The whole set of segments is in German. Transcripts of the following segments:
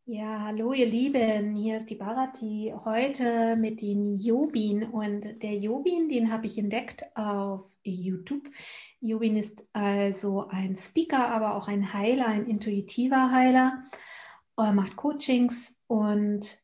Ja, hallo ihr Lieben, hier ist die Bharati, heute mit den Yobin und der Yobin, den habe ich entdeckt auf YouTube. Yobin ist also ein Speaker, aber auch ein Heiler, ein intuitiver Heiler, macht Coachings und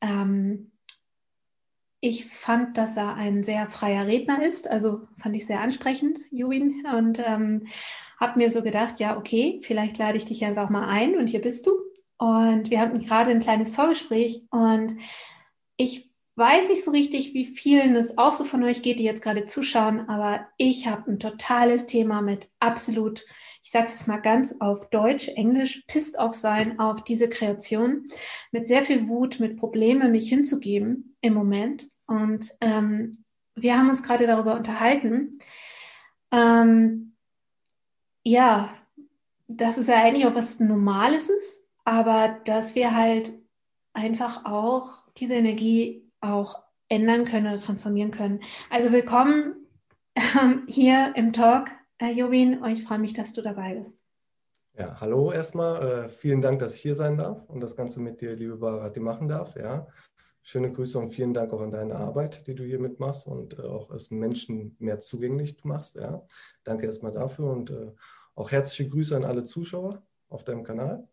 ich fand, dass er ein sehr freier Redner ist, also fand ich sehr ansprechend, Yobin, und habe mir so gedacht, ja, okay, vielleicht lade ich dich einfach mal ein und hier bist du. Und wir hatten gerade ein kleines Vorgespräch und ich weiß nicht so richtig, wie vielen es auch so von euch geht, die jetzt gerade zuschauen, aber ich habe ein totales Thema mit absolut, ich sage es mal ganz auf Deutsch, Englisch, pissed off sein auf diese Kreation, mit sehr viel Wut, mit Problemen mich hinzugeben im Moment. Und wir haben uns gerade darüber unterhalten. Ähm, ja, dass es ja eigentlich auch was Normales ist, aber dass wir halt einfach auch diese Energie auch ändern können oder transformieren können. Also willkommen hier im Talk, Jobin, und ich freue mich, dass du dabei bist. Ja, hallo erstmal. Vielen Dank, dass ich hier sein darf und das Ganze mit dir, liebe Bharati, machen darf. Ja. Schöne Grüße und vielen Dank auch an deine Arbeit, die du hier mitmachst und auch es Menschen mehr zugänglich machst. Ja. Danke erstmal dafür und auch herzliche Grüße an alle Zuschauer auf deinem Kanal.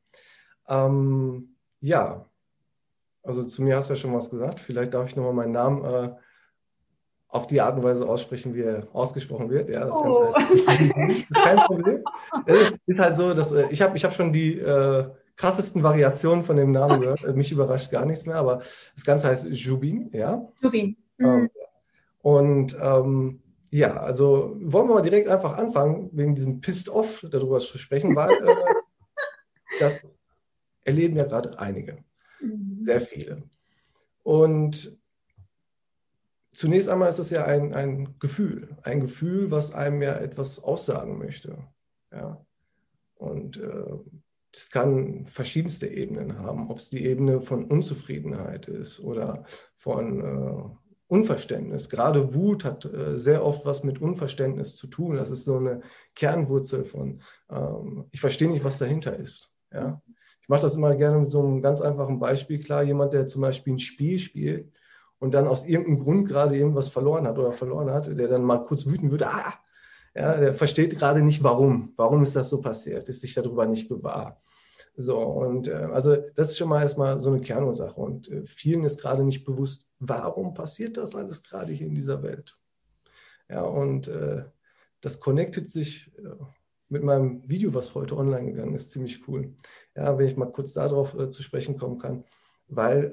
Ja, also zu mir hast du ja schon was gesagt. Vielleicht darf ich nochmal meinen Namen auf die Art und Weise aussprechen, wie er ausgesprochen wird. Ja, das Ganze Oh. heißt, das ist kein Problem. Es ist halt so, dass ich hab schon die krassesten Variationen von dem Namen Okay, gehört. Mich überrascht gar nichts mehr, aber das Ganze heißt Jubin, ja. Jobin. Ähm, und ja, also wollen wir mal direkt einfach anfangen, wegen diesem Pissed Off darüber zu sprechen, weil das erleben ja gerade einige, sehr viele. Und zunächst einmal ist es ja ein Gefühl, was einem ja etwas aussagen möchte. Ja? Und das kann verschiedenste Ebenen haben, ob es die Ebene von Unzufriedenheit ist oder von Unverständnis. Gerade Wut hat sehr oft was mit Unverständnis zu tun. Das ist so eine Kernwurzel von, ich verstehe nicht, was dahinter ist. Ja? Ich mache das immer gerne mit so einem ganz einfachen Beispiel klar. Jemand, der zum Beispiel ein Spiel spielt und dann aus irgendeinem Grund gerade irgendwas verloren hat, der dann mal kurz wütend wird, ja, der versteht gerade nicht, warum. Warum ist das so passiert? Ist sich darüber nicht gewahr. So, und also das ist schon mal erstmal so eine Kernursache. Und vielen ist gerade nicht bewusst, warum passiert das alles gerade hier in dieser Welt? Ja, und das connectet sich mit meinem Video, was heute online gegangen ist, ziemlich cool. Ja, wenn ich mal kurz darauf zu sprechen kommen kann. Weil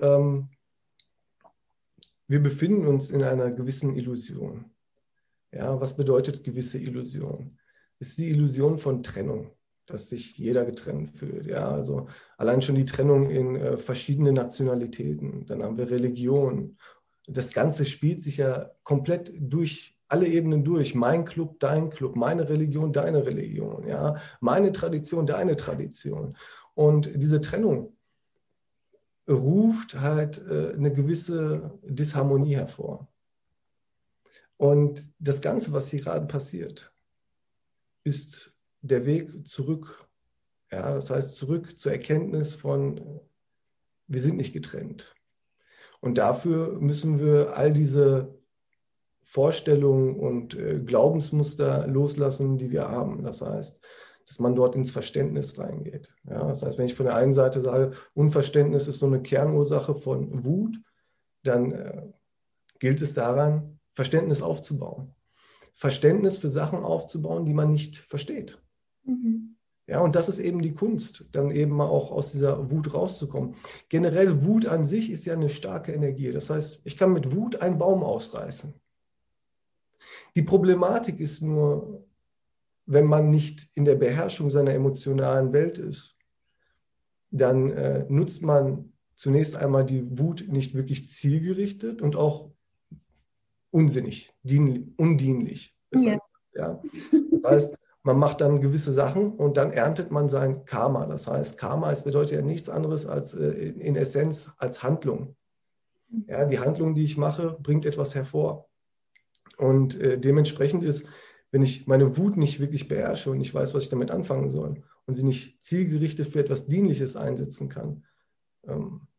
wir befinden uns in einer gewissen Illusion. Ja, was bedeutet gewisse Illusion? Es ist die Illusion von Trennung, dass sich jeder getrennt fühlt. Ja, also allein schon die Trennung in verschiedene Nationalitäten. Dann haben wir Religion. Das Ganze spielt sich ja komplett durch alle Ebenen durch. Mein Club, dein Club, meine Religion, deine Religion. Ja, meine Tradition, deine Tradition. Und diese Trennung ruft halt eine gewisse Disharmonie hervor. Und das Ganze, was hier gerade passiert, ist der Weg zurück. Ja, das heißt zurück zur Erkenntnis von, wir sind nicht getrennt. Und dafür müssen wir all diese Vorstellungen und Glaubensmuster loslassen, die wir haben. Das heißt, dass man dort ins Verständnis reingeht. Ja, das heißt, wenn ich von der einen Seite sage, Unverständnis ist so eine Kernursache von Wut, dann gilt es daran, Verständnis aufzubauen. Verständnis für Sachen aufzubauen, die man nicht versteht. Mhm. Ja, und das ist eben die Kunst, dann eben mal auch aus dieser Wut rauszukommen. Generell Wut an sich ist ja eine starke Energie. Das heißt, ich kann mit Wut einen Baum ausreißen. Die Problematik ist nur, wenn man nicht in der Beherrschung seiner emotionalen Welt ist, dann nutzt man zunächst einmal die Wut nicht wirklich zielgerichtet und auch unsinnig, undienlich. Ja. Ja. Das heißt, man macht dann gewisse Sachen und dann erntet man sein Karma. Das heißt, Karma bedeutet ja nichts anderes als in Essenz als Handlung. Ja, die Handlung, die ich mache, bringt etwas hervor. Und dementsprechend ist, wenn ich meine Wut nicht wirklich beherrsche und nicht weiß, was ich damit anfangen soll und sie nicht zielgerichtet für etwas Dienliches einsetzen kann,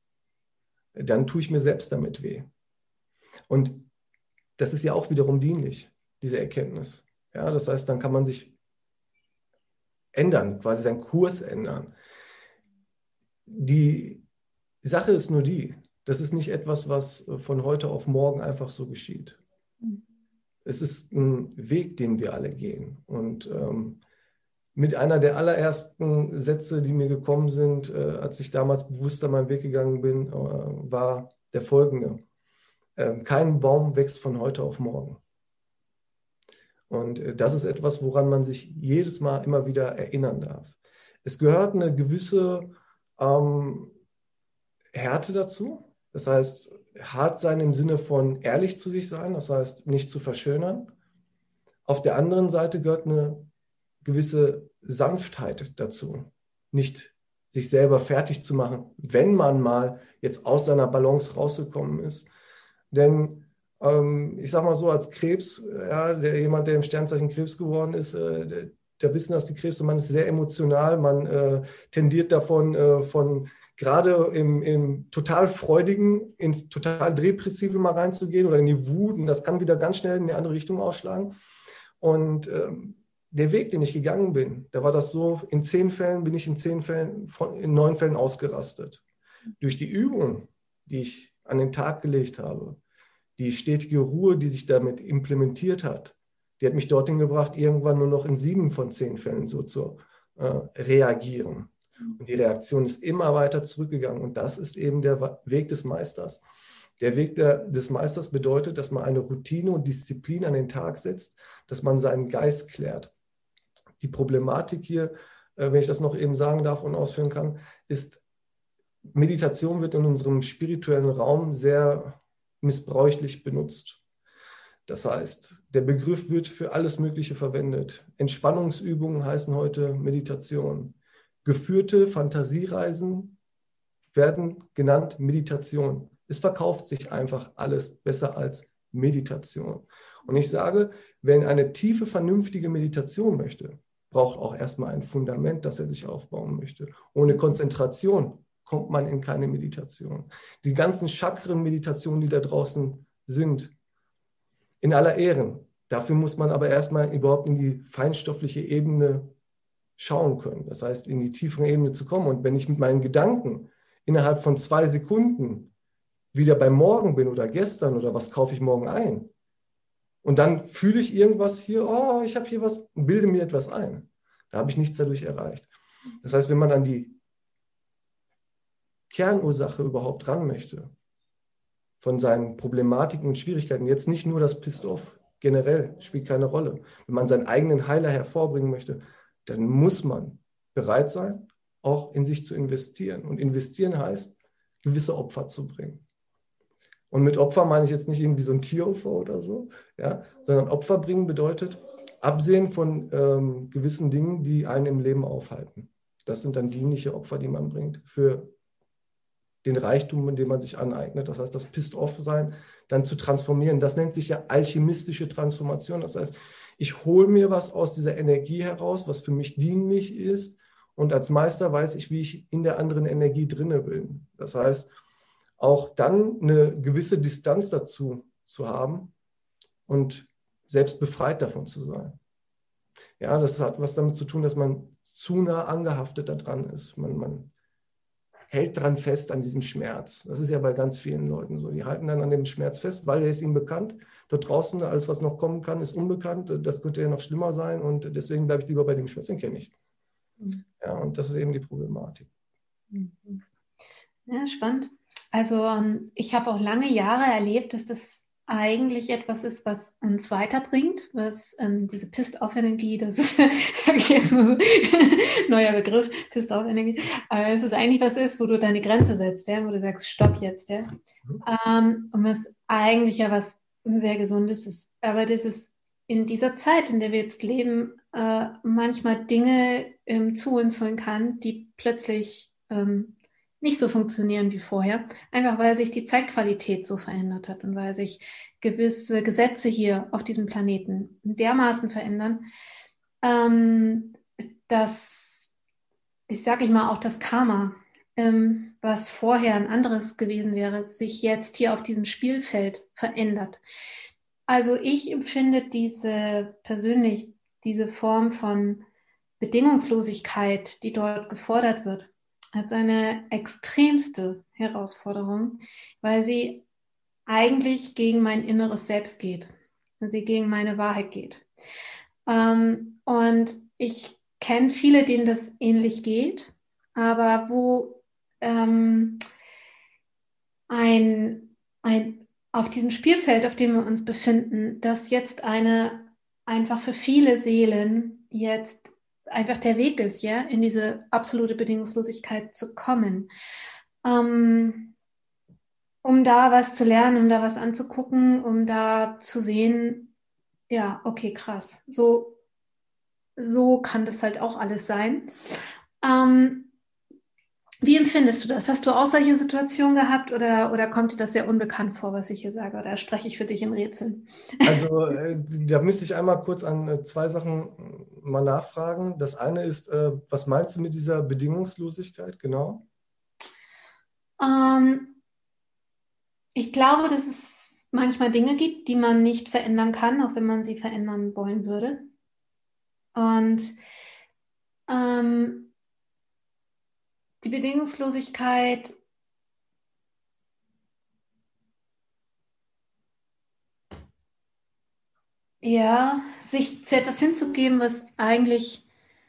dann tue ich mir selbst damit weh. Und das ist ja auch wiederum dienlich, diese Erkenntnis. Ja, das heißt, dann kann man sich ändern, quasi seinen Kurs ändern. Die Sache ist nur die, das ist nicht etwas, was von heute auf morgen einfach so geschieht. Es ist ein Weg, den wir alle gehen. Und mit einer der allerersten Sätze, die mir gekommen sind, als ich damals bewusster meinen Weg gegangen bin, war der folgende. Kein Baum wächst von heute auf morgen. Und das ist etwas, woran man sich jedes Mal immer wieder erinnern darf. Es gehört eine gewisse Härte dazu. Das heißt, hart sein im Sinne von ehrlich zu sich sein, das heißt, nicht zu verschönern. Auf der anderen Seite gehört eine gewisse Sanftheit dazu, nicht sich selber fertig zu machen, wenn man mal jetzt aus seiner Balance rausgekommen ist. Denn ich sage mal so, als Krebs, ja, jemand, der im Sternzeichen Krebs geworden ist, der wissen, dass die Krebs, man ist sehr emotional, man tendiert davon, von gerade im total Freudigen ins total Depressive mal reinzugehen oder in die Wut, und das kann wieder ganz schnell in eine andere Richtung ausschlagen. Und der Weg, den ich gegangen bin, da war das so, in 10 Fällen bin ich in 9 Fällen ausgerastet. Durch die Übung, die ich an den Tag gelegt habe, die stetige Ruhe, die sich damit implementiert hat, die hat mich dorthin gebracht, irgendwann nur noch in 7 von 10 Fällen so zu reagieren. Und die Reaktion ist immer weiter zurückgegangen. Und das ist eben der Weg des Meisters. Der Weg des Meisters bedeutet, dass man eine Routine und Disziplin an den Tag setzt, dass man seinen Geist klärt. Die Problematik hier, wenn ich das noch eben sagen darf und ausführen kann, ist, Meditation wird in unserem spirituellen Raum sehr missbräuchlich benutzt. Das heißt, der Begriff wird für alles Mögliche verwendet. Entspannungsübungen heißen heute Meditation. Geführte Fantasiereisen werden genannt Meditation. Es verkauft sich einfach alles besser als Meditation. Und ich sage, wenn eine tiefe, vernünftige Meditation möchte, braucht auch erstmal ein Fundament, das er sich aufbauen möchte. Ohne Konzentration kommt man in keine Meditation. Die ganzen Chakren-Meditationen, die da draußen sind, in aller Ehren. Dafür muss man aber erstmal überhaupt in die feinstoffliche Ebene schauen können. Das heißt, in die tiefere Ebene zu kommen. Und wenn ich mit meinen Gedanken innerhalb von 2 Sekunden wieder beim Morgen bin oder gestern oder was kaufe ich morgen ein, und dann fühle ich irgendwas hier, oh, ich habe hier was, und bilde mir etwas ein. Da habe ich nichts dadurch erreicht. Das heißt, wenn man an die Kernursache überhaupt ran möchte, von seinen Problematiken und Schwierigkeiten, jetzt nicht nur das Pissed-Off, generell spielt keine Rolle. Wenn man seinen eigenen Heiler hervorbringen möchte, dann muss man bereit sein, auch in sich zu investieren. Und investieren heißt, gewisse Opfer zu bringen. Und mit Opfer meine ich jetzt nicht irgendwie so ein Tieropfer oder so, ja, sondern Opfer bringen bedeutet, absehen von gewissen Dingen, die einen im Leben aufhalten. Das sind dann dienliche Opfer, die man bringt für den Reichtum, den man sich aneignet. Das heißt, das Pissed-Off-Sein dann zu transformieren. Das nennt sich ja alchemistische Transformation. Das heißt, ich hole mir was aus dieser Energie heraus, was für mich dienlich ist. Und als Meister weiß ich, wie ich in der anderen Energie drinne bin. Das heißt, auch dann eine gewisse Distanz dazu zu haben und selbst befreit davon zu sein. Ja, das hat was damit zu tun, dass man zu nah angehaftet daran ist. Man hält dran fest an diesem Schmerz. Das ist ja bei ganz vielen Leuten so. Die halten dann an dem Schmerz fest, weil er ist ihnen bekannt. Dort draußen, alles, was noch kommen kann, ist unbekannt. Das könnte ja noch schlimmer sein und deswegen bleibe ich lieber bei dem Schmerz, den kenne ich. Ja, und das ist eben die Problematik. Ja, spannend. Also ich habe auch lange Jahre erlebt, dass das eigentlich etwas ist, was uns weiterbringt, was diese Pissed-Off-Energie, das ist, sage ich jetzt mal so, neuer Begriff, Pissed-Off-Energie, aber es ist eigentlich was ist, wo du deine Grenze setzt, ja, wo du sagst, stopp jetzt, ja, und was eigentlich ja was sehr Gesundes ist, aber das ist in dieser Zeit, in der wir jetzt leben, manchmal Dinge zu uns holen kann, die plötzlich nicht so funktionieren wie vorher, einfach weil sich die Zeitqualität so verändert hat und weil sich gewisse Gesetze hier auf diesem Planeten dermaßen verändern, dass, ich sage mal, auch das Karma was vorher ein anderes gewesen wäre, sich jetzt hier auf diesem Spielfeld verändert. Also ich empfinde persönlich diese Form von Bedingungslosigkeit, die dort gefordert wird, als eine extremste Herausforderung, weil sie eigentlich gegen mein inneres Selbst geht, weil sie gegen meine Wahrheit geht. Und ich kenne viele, denen das ähnlich geht, aber wo auf diesem Spielfeld, auf dem wir uns befinden, das jetzt einfach für viele Seelen jetzt einfach der Weg ist, ja, in diese absolute Bedingungslosigkeit zu kommen. Um da was zu lernen, um da was anzugucken, um da zu sehen, ja, okay, krass, so kann das halt auch alles sein. Wie empfindest du das? Hast du auch solche Situationen gehabt oder kommt dir das sehr unbekannt vor, was ich hier sage? Oder spreche ich für dich in Rätseln? Also da müsste ich einmal kurz an zwei Sachen mal nachfragen. Das eine ist, was meinst du mit dieser Bedingungslosigkeit genau? Ich glaube, dass es manchmal Dinge gibt, die man nicht verändern kann, auch wenn man sie verändern wollen würde. Und die Bedingungslosigkeit ja, sich zu etwas hinzugeben, was eigentlich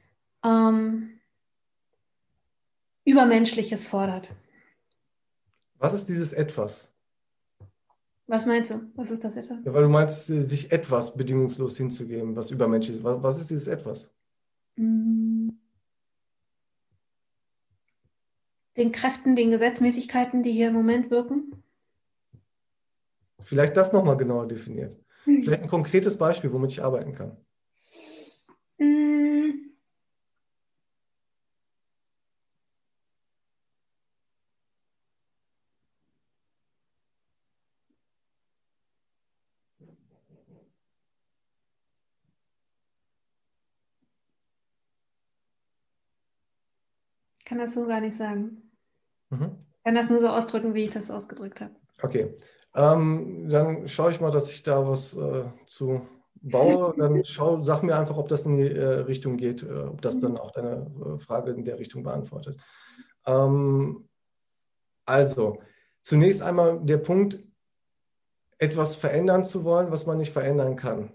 Übermenschliches fordert. Was ist dieses Etwas? Was meinst du? Was ist das etwas? Ja, weil du meinst, sich etwas bedingungslos hinzugeben, was übermenschlich ist. Was ist dieses Etwas? Den Kräften, den Gesetzmäßigkeiten, die hier im Moment wirken? Vielleicht das nochmal genauer definiert. Vielleicht ein konkretes Beispiel, womit ich arbeiten kann. Ich kann das so gar nicht sagen. Mhm. Ich kann das nur so ausdrücken, wie ich das ausgedrückt habe. Okay. Dann schaue ich mal, dass ich da was zu baue. Dann sag mir einfach, ob das in die Richtung geht, ob das dann auch deine Frage in der Richtung beantwortet. Also, zunächst einmal der Punkt, etwas verändern zu wollen, was man nicht verändern kann.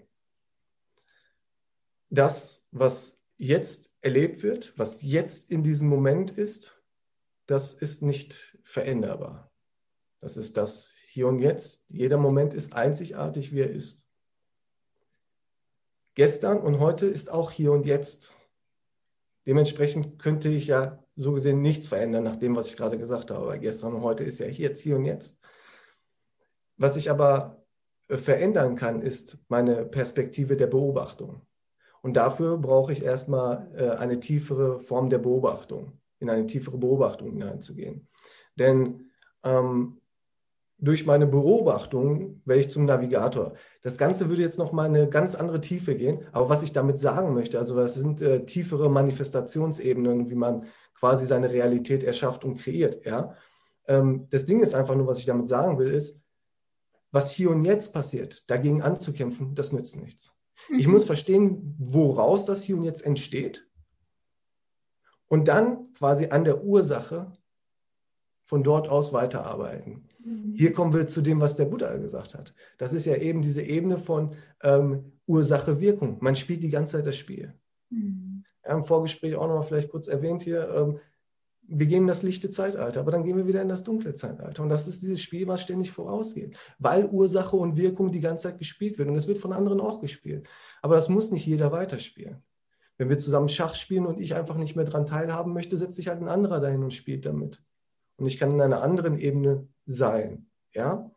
Das, was jetzt erlebt wird, was jetzt in diesem Moment ist, das ist nicht veränderbar. Das ist das Hier und Jetzt. Jeder Moment ist einzigartig, wie er ist. Gestern und heute ist auch Hier und Jetzt. Dementsprechend könnte ich ja so gesehen nichts verändern, nach dem, was ich gerade gesagt habe. Weil gestern und heute ist ja jetzt, Hier und Jetzt. Was ich aber verändern kann, ist meine Perspektive der Beobachtung. Und dafür brauche ich erstmal eine tiefere Form der Beobachtung, in eine tiefere Beobachtung hineinzugehen. Denn durch meine Beobachtung werde ich zum Navigator. Das Ganze würde jetzt nochmal eine ganz andere Tiefe gehen. Aber was ich damit sagen möchte, also das sind tiefere Manifestationsebenen, wie man quasi seine Realität erschafft und kreiert. Ja? Das Ding ist einfach nur, was ich damit sagen will, ist, was hier und jetzt passiert, dagegen anzukämpfen, das nützt nichts. Ich muss verstehen, woraus das Hier und Jetzt entsteht und dann quasi an der Ursache von dort aus weiterarbeiten. Hier kommen wir zu dem, was der Buddha gesagt hat. Das ist ja eben diese Ebene von Ursache-Wirkung. Man spielt die ganze Zeit das Spiel. Ja, im Vorgespräch auch nochmal vielleicht kurz erwähnt hier, wir gehen in das lichte Zeitalter, aber dann gehen wir wieder in das dunkle Zeitalter. Und das ist dieses Spiel, was ständig vorausgeht, weil Ursache und Wirkung die ganze Zeit gespielt wird. Und es wird von anderen auch gespielt. Aber das muss nicht jeder weiterspielen. Wenn wir zusammen Schach spielen und ich einfach nicht mehr daran teilhaben möchte, setzt sich halt ein anderer dahin und spielt damit. Und ich kann in einer anderen Ebene sein. Ja?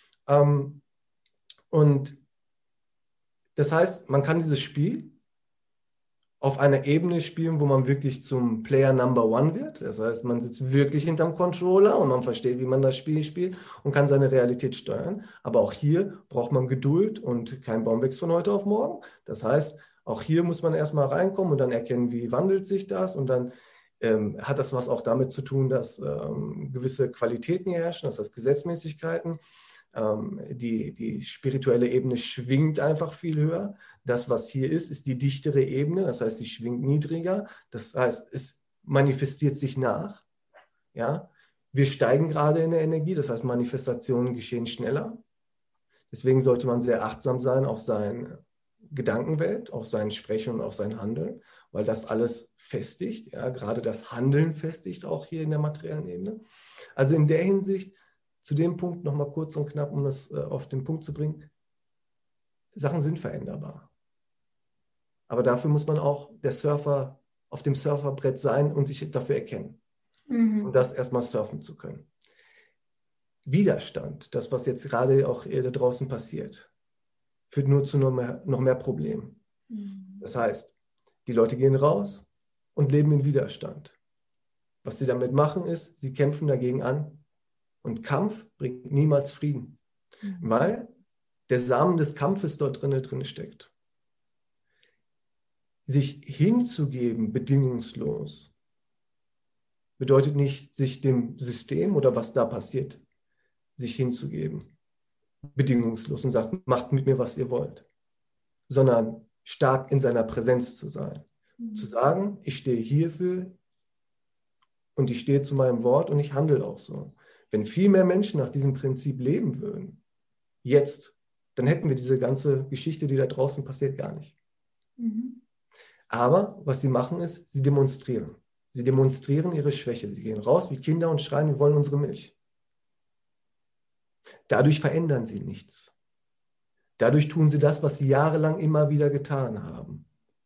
Und das heißt, man kann dieses Spiel auf einer Ebene spielen, wo man wirklich zum Player Number One wird. Das heißt, man sitzt wirklich hinterm Controller und man versteht, wie man das Spiel spielt und kann seine Realität steuern. Aber auch hier braucht man Geduld und kein Baum wächst von heute auf morgen. Das heißt, auch hier muss man erstmal reinkommen und dann erkennen, wie wandelt sich das und dann hat das was auch damit zu tun, dass gewisse Qualitäten hier herrschen, das heißt Gesetzmäßigkeiten. Die spirituelle Ebene schwingt einfach viel höher. Das, was hier ist die dichtere Ebene, das heißt, sie schwingt niedriger. Das heißt, es manifestiert sich nach. Ja? Wir steigen gerade in der Energie, das heißt, Manifestationen geschehen schneller. Deswegen sollte man sehr achtsam sein auf seine Gedankenwelt, auf sein Sprechen und auf sein Handeln, weil das alles festigt. Ja? Gerade das Handeln festigt auch hier in der materiellen Ebene. Also in der Hinsicht, zu dem Punkt nochmal kurz und knapp, um das auf den Punkt zu bringen, Sachen sind veränderbar. Aber dafür muss man auch der Surfer auf dem Surferbrett sein und sich dafür erkennen, um das erstmal surfen zu können. Widerstand, das, was jetzt gerade auch da draußen passiert, führt nur zu noch mehr Problemen. Das heißt, die Leute gehen raus und leben in Widerstand. Was sie damit machen ist, sie kämpfen dagegen an. Und Kampf bringt niemals Frieden, weil der Samen des Kampfes dort drin steckt. Sich hinzugeben, bedingungslos, bedeutet nicht, sich dem System oder was da passiert, sich hinzugeben, bedingungslos und sagt, macht mit mir, was ihr wollt, sondern stark in seiner Präsenz zu sein. Zu sagen, ich stehe hierfür und ich stehe zu meinem Wort und ich handle auch so. Wenn viel mehr Menschen nach diesem Prinzip leben würden, jetzt, dann hätten wir diese ganze Geschichte, die da draußen passiert, gar nicht. Aber was sie machen ist, sie demonstrieren. Sie demonstrieren ihre Schwäche. Sie gehen raus wie Kinder und schreien, wir wollen unsere Milch. Dadurch verändern sie nichts. Dadurch tun sie das, was sie jahrelang immer wieder getan haben.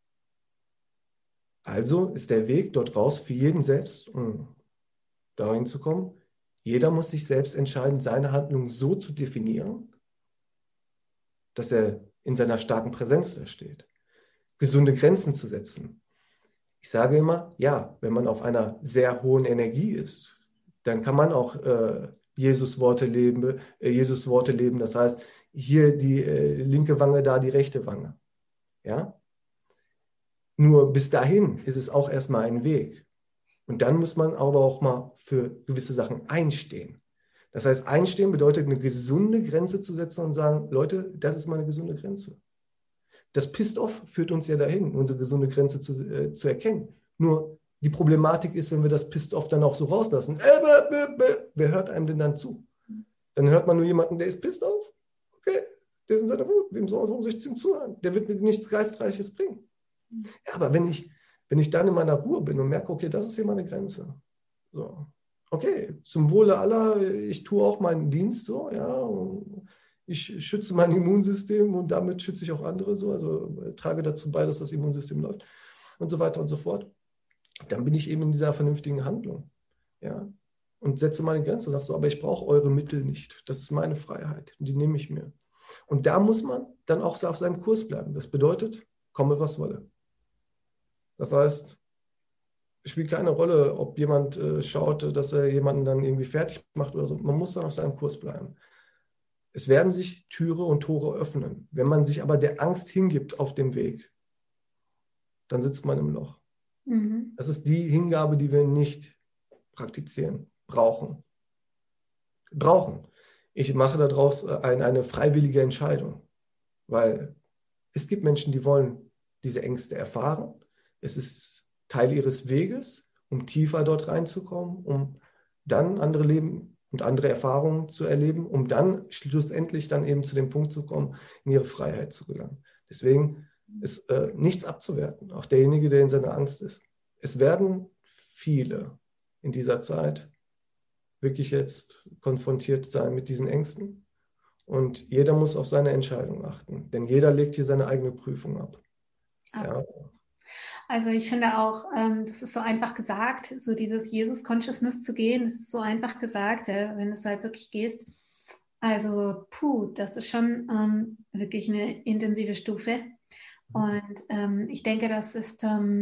Also ist der Weg dort raus für jeden selbst, um dahin zu kommen. Jeder muss sich selbst entscheiden, seine Handlung so zu definieren, dass er in seiner starken Präsenz da steht. Gesunde Grenzen zu setzen. Ich sage immer, ja, wenn man auf einer sehr hohen Energie ist, dann kann man auch Jesus Worte leben. Das heißt, hier die linke Wange, da die rechte Wange. Ja? Nur bis dahin ist es auch erstmal ein Weg. Und dann muss man aber auch mal für gewisse Sachen einstehen. Das heißt, einstehen bedeutet, eine gesunde Grenze zu setzen und sagen, Leute, das ist meine gesunde Grenze. Das Pissed-Off führt uns ja dahin, unsere gesunde Grenze zu erkennen. Nur die Problematik ist, wenn wir das Pissed-Off dann auch so rauslassen. Wer hört einem denn dann zu? Dann hört man nur jemanden, der ist pissed off. Okay, der ist in seiner Wut. Warum soll ich ihm zuhören? Der wird mir nichts Geistreiches bringen. Ja, aber wenn ich dann in meiner Ruhe bin und merke, okay, das ist hier meine Grenze. So. Okay, zum Wohle aller, ich tue auch meinen Dienst so, ja, und ich schütze mein Immunsystem und damit schütze ich auch andere so, also trage dazu bei, dass das Immunsystem läuft und so weiter und so fort. Dann bin ich eben in dieser vernünftigen Handlung, ja, und setze meine Grenze, sage so, aber ich brauche eure Mittel nicht, das ist meine Freiheit, die nehme ich mir. Und da muss man dann auch auf seinem Kurs bleiben. Das bedeutet, komme was wolle. Das heißt, es spielt keine Rolle, ob jemand schaut, dass er jemanden dann irgendwie fertig macht oder so. Man muss dann auf seinem Kurs bleiben. Es werden sich Türe und Tore öffnen. Wenn man sich aber der Angst hingibt auf dem Weg, dann sitzt man im Loch. Das ist die Hingabe, die wir nicht praktizieren, brauchen. Ich mache daraus eine freiwillige Entscheidung, weil es gibt Menschen, die wollen diese Ängste erfahren. Es ist Teil ihres Weges, um tiefer dort reinzukommen, um dann andere Leben und andere Erfahrungen zu erleben, um dann schlussendlich dann eben zu dem Punkt zu kommen, in ihre Freiheit zu gelangen. Deswegen ist nichts abzuwerten, auch derjenige, der in seiner Angst ist. Es werden viele in dieser Zeit wirklich jetzt konfrontiert sein mit diesen Ängsten und jeder muss auf seine Entscheidung achten, denn jeder legt hier seine eigene Prüfung ab. Absolut. Ja. Also ich finde auch, das ist so einfach gesagt, so dieses Jesus-Consciousness zu gehen, das ist so einfach gesagt, wenn du es halt wirklich gehst. Also das ist schon wirklich eine intensive Stufe. Und ich denke, das ist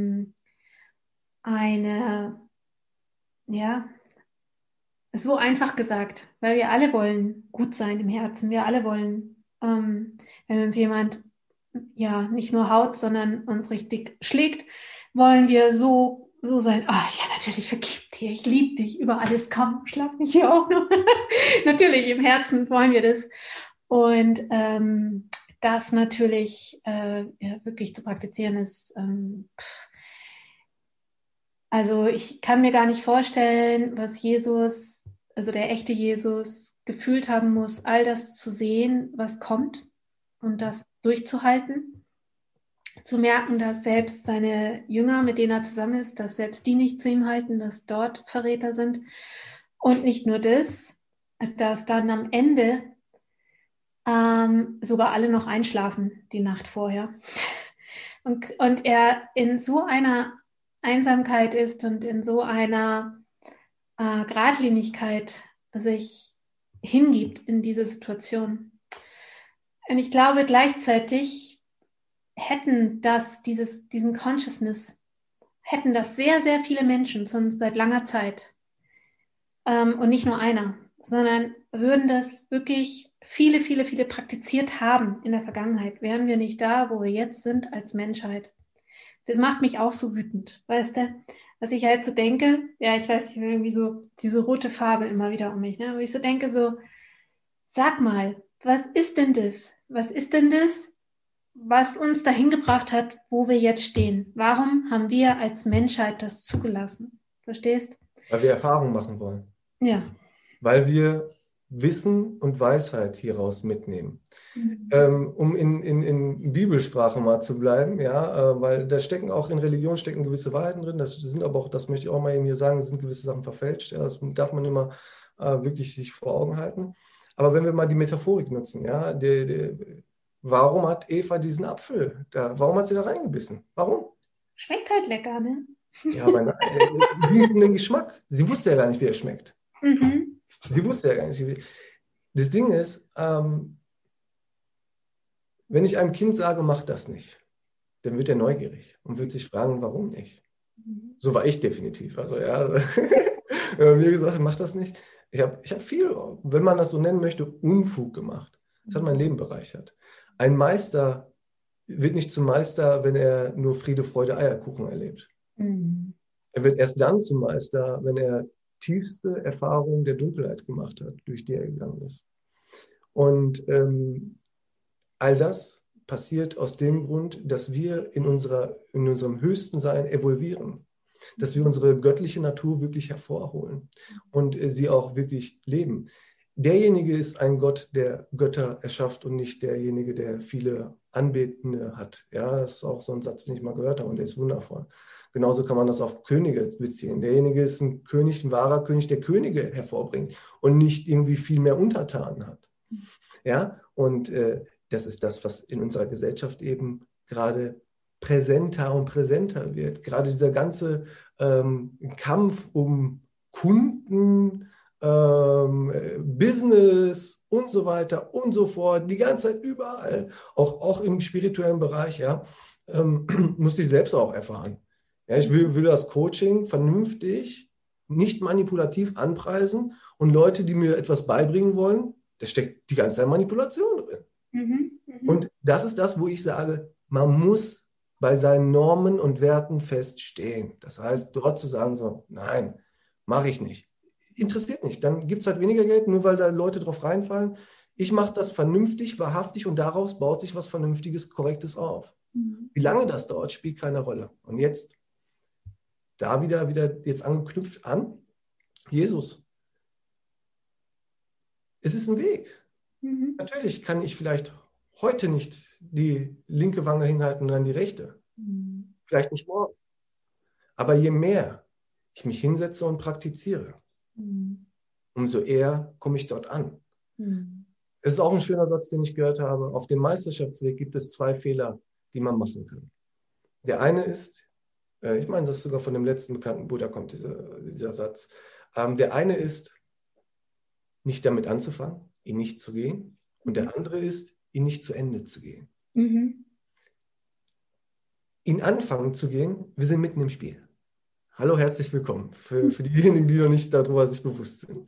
ist so einfach gesagt, weil wir alle wollen gut sein im Herzen. Wir alle wollen, wenn uns jemand nicht nur haut, sondern uns richtig schlägt, wollen wir so so sein, ja, natürlich vergib dir, ich liebe dich, über alles komm, schlag mich hier auch noch. Natürlich, im Herzen wollen wir das. Und das natürlich ja, wirklich zu praktizieren ist, also ich kann mir gar nicht vorstellen, was Jesus, also der echte Jesus, gefühlt haben muss, all das zu sehen, was kommt und das durchzuhalten. Zu merken, dass selbst seine Jünger, mit denen er zusammen ist, dass selbst die nicht zu ihm halten, dass dort Verräter sind. Und nicht nur das, dass dann am Ende sogar alle noch einschlafen die Nacht vorher. Und er in so einer Einsamkeit ist und in so einer Geradlinigkeit sich hingibt in diese Situation. Und ich glaube gleichzeitig hätten diesen Consciousness, hätten das sehr, sehr viele Menschen schon seit langer Zeit. Und nicht nur einer, sondern würden das wirklich viele, viele, viele praktiziert haben in der Vergangenheit, wären wir nicht da, wo wir jetzt sind als Menschheit. Das macht mich auch so wütend, weißt du? Dass ich halt so denke, ja, ich weiß nicht, irgendwie so diese rote Farbe immer wieder um mich, ne? Wo ich so denke, so, sag mal, was ist denn das? Was ist denn das, was uns dahin gebracht hat, wo wir jetzt stehen? Warum haben wir als Menschheit das zugelassen? Verstehst? Weil wir Erfahrung machen wollen. Ja. Weil wir Wissen und Weisheit hieraus mitnehmen. Um in Bibelsprache mal zu bleiben, ja, weil da stecken auch in Religion stecken gewisse Wahrheiten drin, das sind aber auch, das möchte ich auch mal hier sagen, sind gewisse Sachen verfälscht, ja, das darf man immer wirklich sich vor Augen halten. Aber wenn wir mal die Metaphorik nutzen, ja, warum hat Eva diesen Apfel da, warum hat sie da reingebissen? Warum? Schmeckt halt lecker, ne? Ja, aber wie ist denn der Geschmack? Sie wusste ja gar nicht, wie er schmeckt. Mhm. Sie wusste ja gar nicht, wie. Das Ding ist, wenn ich einem Kind sage, mach das nicht, dann wird er neugierig und wird sich fragen, warum nicht. So war ich definitiv. Also ja, mir gesagt, mach das nicht. Ich hab viel, wenn man das so nennen möchte, Unfug gemacht. Das hat mein Leben bereichert. Ein Meister wird nicht zum Meister, wenn er nur Friede, Freude, Eierkuchen erlebt. Mhm. Er wird erst dann zum Meister, wenn er tiefste Erfahrungen der Dunkelheit gemacht hat, durch die er gegangen ist. Und all das passiert aus dem Grund, dass wir in unserem höchsten Sein evolvieren, dass wir unsere göttliche Natur wirklich hervorholen und sie auch wirklich leben. Derjenige ist ein Gott, der Götter erschafft und nicht derjenige, der viele Anbetende hat. Ja, das ist auch so ein Satz, den ich mal gehört habe und der ist wundervoll. Genauso kann man das auf Könige beziehen. Derjenige ist ein König, ein wahrer König, der Könige hervorbringt und nicht irgendwie viel mehr Untertanen hat. Ja, und das ist das, was in unserer Gesellschaft eben gerade präsenter und präsenter wird. Gerade dieser ganze Kampf um Kunden, Business und so weiter und so fort, die ganze Zeit überall, auch im spirituellen Bereich, ja, muss ich selbst auch erfahren. Ja, ich will das Coaching vernünftig, nicht manipulativ anpreisen und Leute, die mir etwas beibringen wollen, da steckt die ganze Zeit Manipulation drin. Mhm. Mhm. Und das ist das, wo ich sage, man muss bei seinen Normen und Werten feststehen. Das heißt, dort zu sagen, so, nein, mache ich nicht. Interessiert nicht. Dann gibt es halt weniger Geld, nur weil da Leute drauf reinfallen. Ich mache das vernünftig, wahrhaftig und daraus baut sich was Vernünftiges, Korrektes auf. Mhm. Wie lange das dauert, spielt keine Rolle. Und jetzt, da wieder jetzt angeknüpft an Jesus. Es ist ein Weg. Mhm. Natürlich kann ich vielleicht heute nicht die linke Wange hinhalten und dann die rechte. Mhm. Vielleicht nicht morgen. Aber je mehr ich mich hinsetze und praktiziere, Mhm. umso eher komme ich dort an. Mhm. Es ist auch ein schöner Satz, den ich gehört habe. Auf dem Meisterschaftsweg gibt es 2 Fehler, die man machen kann. Der eine ist, ich meine, das ist sogar von dem letzten bekannten Buddha kommt dieser Satz. Der eine ist, nicht damit anzufangen, ihn nicht zu gehen. Und der andere ist, ihn nicht zu Ende zu gehen. Mhm. Ihn anfangen zu gehen, wir sind mitten im Spiel. Hallo, herzlich willkommen. Für diejenigen, die noch nicht darüber sich bewusst sind.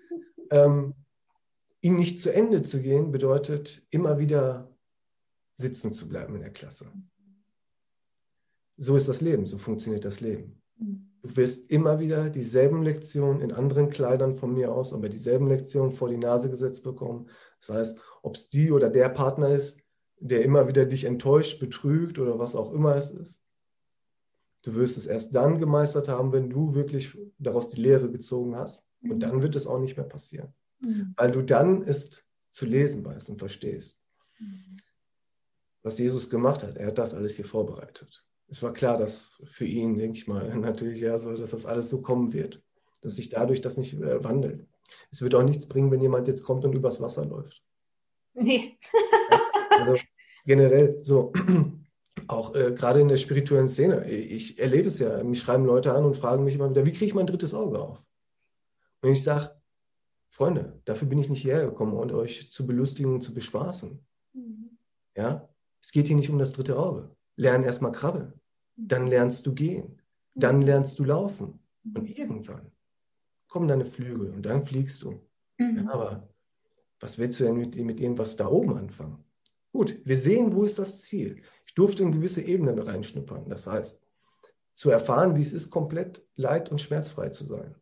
Ihn nicht zu Ende zu gehen, bedeutet, immer wieder sitzen zu bleiben in der Klasse. So ist das Leben, so funktioniert das Leben. Du wirst immer wieder dieselben Lektionen in anderen Kleidern von mir aus, aber dieselben Lektionen vor die Nase gesetzt bekommen. Das heißt, ob es die oder der Partner ist, der immer wieder dich enttäuscht, betrügt oder was auch immer es ist. Du wirst es erst dann gemeistert haben, wenn du wirklich daraus die Lehre gezogen hast. Und dann wird es auch nicht mehr passieren. Weil du dann es zu lesen weißt und verstehst, was Jesus gemacht hat. Er hat das alles hier vorbereitet. Es war klar, dass für ihn, denke ich mal, natürlich ja so, dass das alles so kommen wird, dass sich dadurch das nicht wandelt. Es wird auch nichts bringen, wenn jemand jetzt kommt und übers Wasser läuft. Nee. Also generell so, auch gerade in der spirituellen Szene, ich erlebe es ja, mich schreiben Leute an und fragen mich immer wieder, wie kriege ich mein drittes Auge auf? Und ich sage, Freunde, dafür bin ich nicht hierher gekommen, um euch zu belustigen und zu bespaßen. Ja? Es geht hier nicht um das dritte Auge. Lern erstmal krabbeln. Dann lernst du gehen. Dann lernst du laufen. Und irgendwann kommen deine Flügel und dann fliegst du. Ja, aber was willst du denn mit irgendwas da oben anfangen? Gut, wir sehen, wo ist das Ziel. Ich durfte in gewisse Ebenen reinschnuppern. Das heißt, zu erfahren, wie es ist, komplett leid- und schmerzfrei zu sein.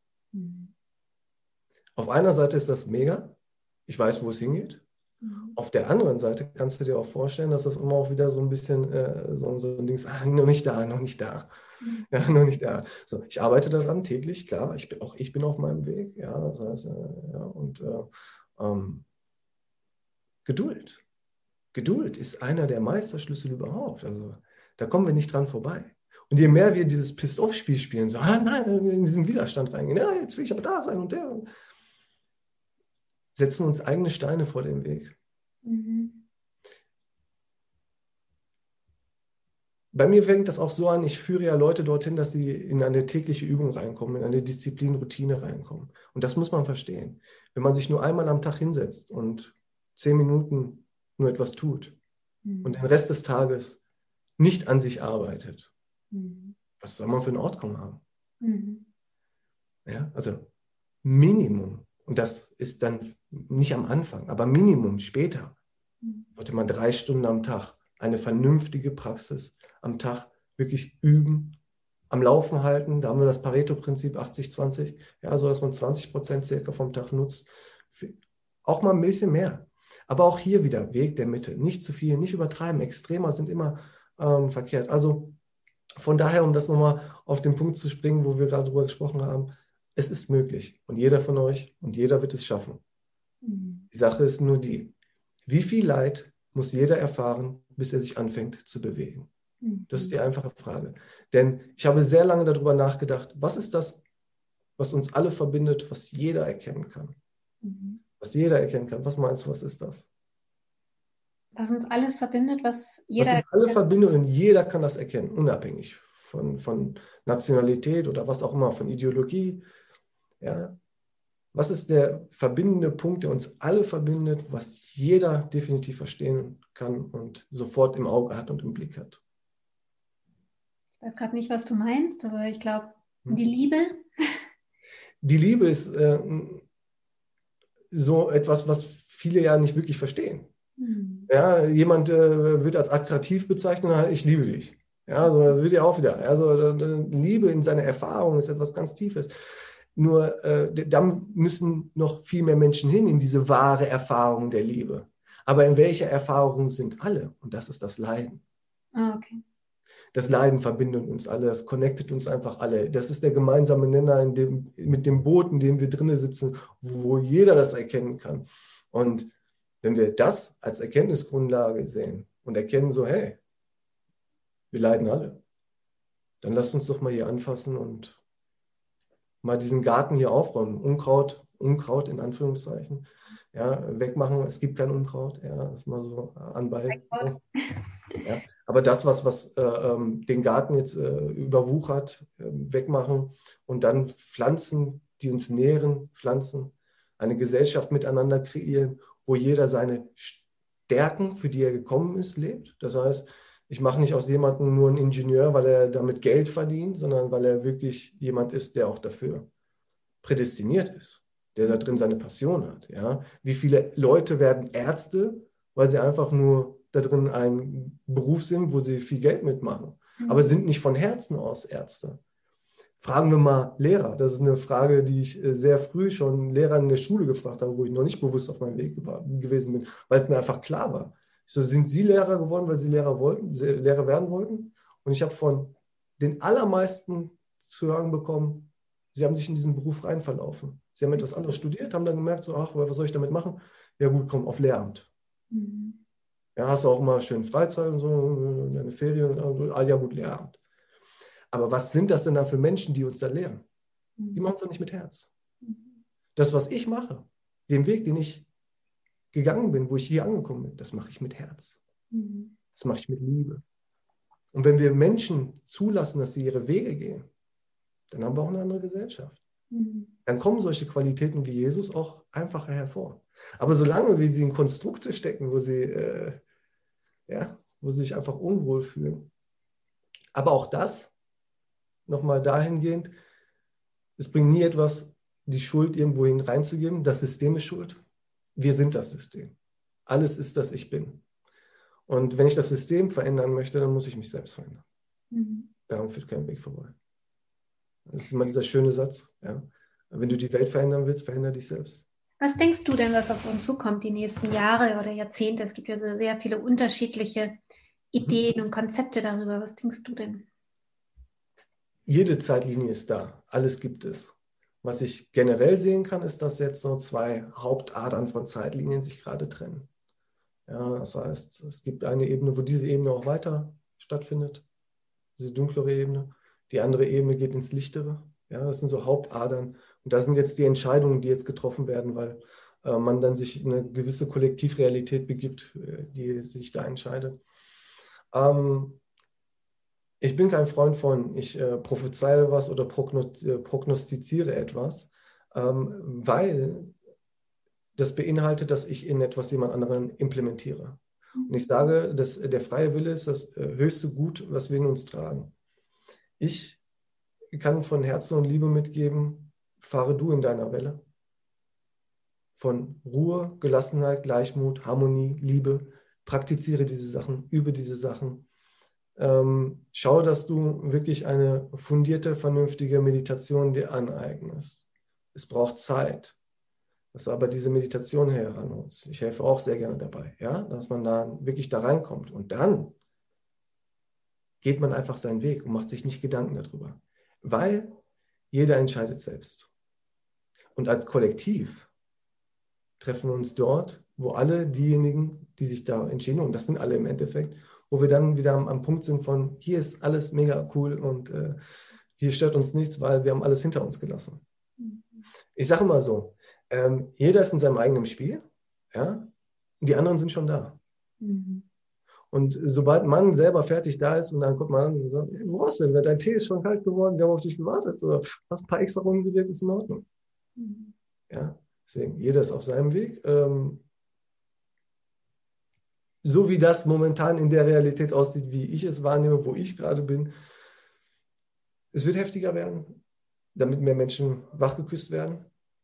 Auf einer Seite ist das mega. Ich weiß, wo es hingeht. Auf der anderen Seite kannst du dir auch vorstellen, dass das immer auch wieder so ein bisschen so ein Ding ist, noch nicht da, noch nicht da. Ja, noch nicht da. So, ich arbeite daran täglich, klar. Ich bin auf meinem Weg. Ja, das heißt, ja, und Geduld. Geduld ist einer der Meisterschlüssel überhaupt. Also da kommen wir nicht dran vorbei. Und je mehr wir dieses Pissed-Off-Spiel spielen, so, nein, in diesen Widerstand reingehen, ja, jetzt will ich aber da sein und der, setzen wir uns eigene Steine vor den Weg. Bei mir fängt das auch so an, ich führe ja Leute dorthin, dass sie in eine tägliche Übung reinkommen, in eine Disziplin-Routine reinkommen. Und das muss man verstehen. Wenn man sich nur einmal am Tag hinsetzt und 10 Minuten nur etwas tut und den Rest des Tages nicht an sich arbeitet, was soll man für ein Outcome haben? Ja, also Minimum, und das ist dann nicht am Anfang, aber Minimum später, sollte man 3 Stunden am Tag eine vernünftige Praxis am Tag wirklich üben, am Laufen halten. Da haben wir das Pareto-Prinzip 80-20, ja, so dass man 20% circa vom Tag nutzt. Auch mal ein bisschen mehr. Aber auch hier wieder Weg der Mitte. Nicht zu viel, nicht übertreiben. Extremer sind immer verkehrt. Also von daher, um das nochmal auf den Punkt zu springen, wo wir gerade drüber gesprochen haben, es ist möglich. Und jeder von euch und jeder wird es schaffen. Die Sache ist nur die, wie viel Leid muss jeder erfahren, bis er sich anfängt zu bewegen? Das ist die einfache Frage. Denn ich habe sehr lange darüber nachgedacht, was ist das, was uns alle verbindet, was jeder erkennen kann? Was jeder erkennen kann. Was meinst du, was ist das? Was uns alles verbindet, was jeder... Was uns alle verbindet und jeder kann das erkennen, unabhängig von Nationalität oder was auch immer, von Ideologie. Ja? Was ist der verbindende Punkt, der uns alle verbindet, was jeder definitiv verstehen kann und sofort im Auge hat und im Blick hat? Ich weiß gerade nicht, was du meinst, aber ich glaube, die Liebe. Die Liebe ist so etwas, was viele ja nicht wirklich verstehen. Ja, jemand wird als attraktiv bezeichnet, ich liebe dich. Ja, so wird ja auch wieder. Also Liebe in seiner Erfahrung ist etwas ganz Tiefes. Nur da müssen noch viel mehr Menschen hin in diese wahre Erfahrung der Liebe. Aber in welcher Erfahrung sind alle? Und das ist das Leiden. Okay. Das Leiden verbindet uns alle, das connectet uns einfach alle. Das ist der gemeinsame Nenner mit dem Boot, in dem wir drinnen sitzen, wo jeder das erkennen kann. Und wenn wir das als Erkenntnisgrundlage sehen und erkennen so, hey, wir leiden alle, dann lasst uns doch mal hier anfassen und mal diesen Garten hier aufräumen. Unkraut in Anführungszeichen, ja, wegmachen. Es gibt kein Unkraut, ja, das ist mal so anbei. Ja. Aber das, was den Garten jetzt überwuchert, wegmachen und dann Pflanzen, die uns nähren, pflanzen, eine Gesellschaft miteinander kreieren, wo jeder seine Stärken, für die er gekommen ist, lebt. Das heißt, ich mache nicht aus jemandem nur einen Ingenieur, weil er damit Geld verdient, sondern weil er wirklich jemand ist, der auch dafür prädestiniert ist, der da drin seine Passion hat. Ja? Wie viele Leute werden Ärzte, weil sie einfach nur da drin ein Beruf sind, wo sie viel Geld mitmachen, aber sind nicht von Herzen aus Ärzte. Fragen wir mal Lehrer. Das ist eine Frage, die ich sehr früh schon Lehrern in der Schule gefragt habe, wo ich noch nicht bewusst auf meinem Weg gewesen bin, weil es mir einfach klar war. Ich so, sind Sie Lehrer geworden, weil Sie Lehrer wollten, Lehrer werden wollten? Und ich habe von den allermeisten zu hören bekommen, sie haben sich in diesen Beruf rein verlaufen. Sie haben etwas anderes studiert, haben dann gemerkt, so, ach, was soll ich damit machen? Ja gut, komm, auf Lehramt. Mhm. Ja, hast du auch immer schön Freizeit und so, deine Ferien, ah, ja gut, Lehramt. Aber was sind das denn da für Menschen, die uns da lehren? Die machen es doch nicht mit Herz. Mhm. Das, was ich mache, den Weg, den ich gegangen bin, wo ich hier angekommen bin, das mache ich mit Herz. Mhm. Das mache ich mit Liebe. Und wenn wir Menschen zulassen, dass sie ihre Wege gehen, dann haben wir auch eine andere Gesellschaft. Mhm. Dann kommen solche Qualitäten wie Jesus auch einfacher hervor. Aber solange wir sie in Konstrukte stecken, wo sie sich einfach unwohl fühlen. Aber auch das, nochmal dahingehend, es bringt nie etwas, die Schuld irgendwohin reinzugeben. Das System ist schuld. Wir sind das System. Alles ist das Ich Bin. Und wenn ich das System verändern möchte, dann muss ich mich selbst verändern. Mhm. Darum führt kein Weg vorbei. Das ist immer dieser schöne Satz. Ja? Wenn du die Welt verändern willst, verändere dich selbst. Was denkst du denn, was auf uns zukommt die nächsten Jahre oder Jahrzehnte? Es gibt ja sehr viele unterschiedliche Ideen und Konzepte darüber. Was denkst du denn? Jede Zeitlinie ist da. Alles gibt es. Was ich generell sehen kann, ist, dass jetzt so zwei Hauptadern von Zeitlinien sich gerade trennen. Ja, das heißt, es gibt eine Ebene, wo diese Ebene auch weiter stattfindet, diese dunklere Ebene. Die andere Ebene geht ins Lichtere. Ja, das sind so Hauptadern. Und das sind jetzt die Entscheidungen, die jetzt getroffen werden, weil man dann sich in eine gewisse Kollektivrealität begibt, die sich da entscheidet. Ich bin kein Freund von, ich prophezeie was oder prognostiziere etwas, weil das beinhaltet, dass ich in etwas jemand anderen implementiere. Und ich sage, dass der freie Wille ist das höchste Gut, was wir in uns tragen. Ich kann von Herzen und Liebe mitgeben, fahre du in deiner Welle. Von Ruhe, Gelassenheit, Gleichmut, Harmonie, Liebe. Praktiziere diese Sachen, übe diese Sachen. Schau, dass du wirklich eine fundierte, vernünftige Meditation dir aneignest. Es braucht Zeit, dass du aber diese Meditation heranholst. Ich helfe auch sehr gerne dabei, ja, dass man da wirklich da reinkommt. Und dann geht man einfach seinen Weg und macht sich nicht Gedanken darüber. Weil jeder entscheidet selbst. Und als Kollektiv treffen wir uns dort, wo alle diejenigen, die sich da entschieden, und das sind alle im Endeffekt, wo wir dann wieder am Punkt sind von, hier ist alles mega cool und hier stört uns nichts, weil wir haben alles hinter uns gelassen. Ich sage mal so, jeder ist in seinem eigenen Spiel, ja, und die anderen sind schon da. Mhm. Und sobald man selber fertig da ist und dann guckt man an und sagt, hey, wo warst du denn? Dein Tee ist schon kalt geworden, wir haben auf dich gewartet. Oder hast ein paar extra Runden gedreht, ist in Ordnung. Mhm. Ja, deswegen, jeder ist auf seinem Weg. So wie das momentan in der Realität aussieht, wie ich es wahrnehme, wo ich gerade bin. Es wird heftiger werden, damit mehr Menschen wachgeküsst werden.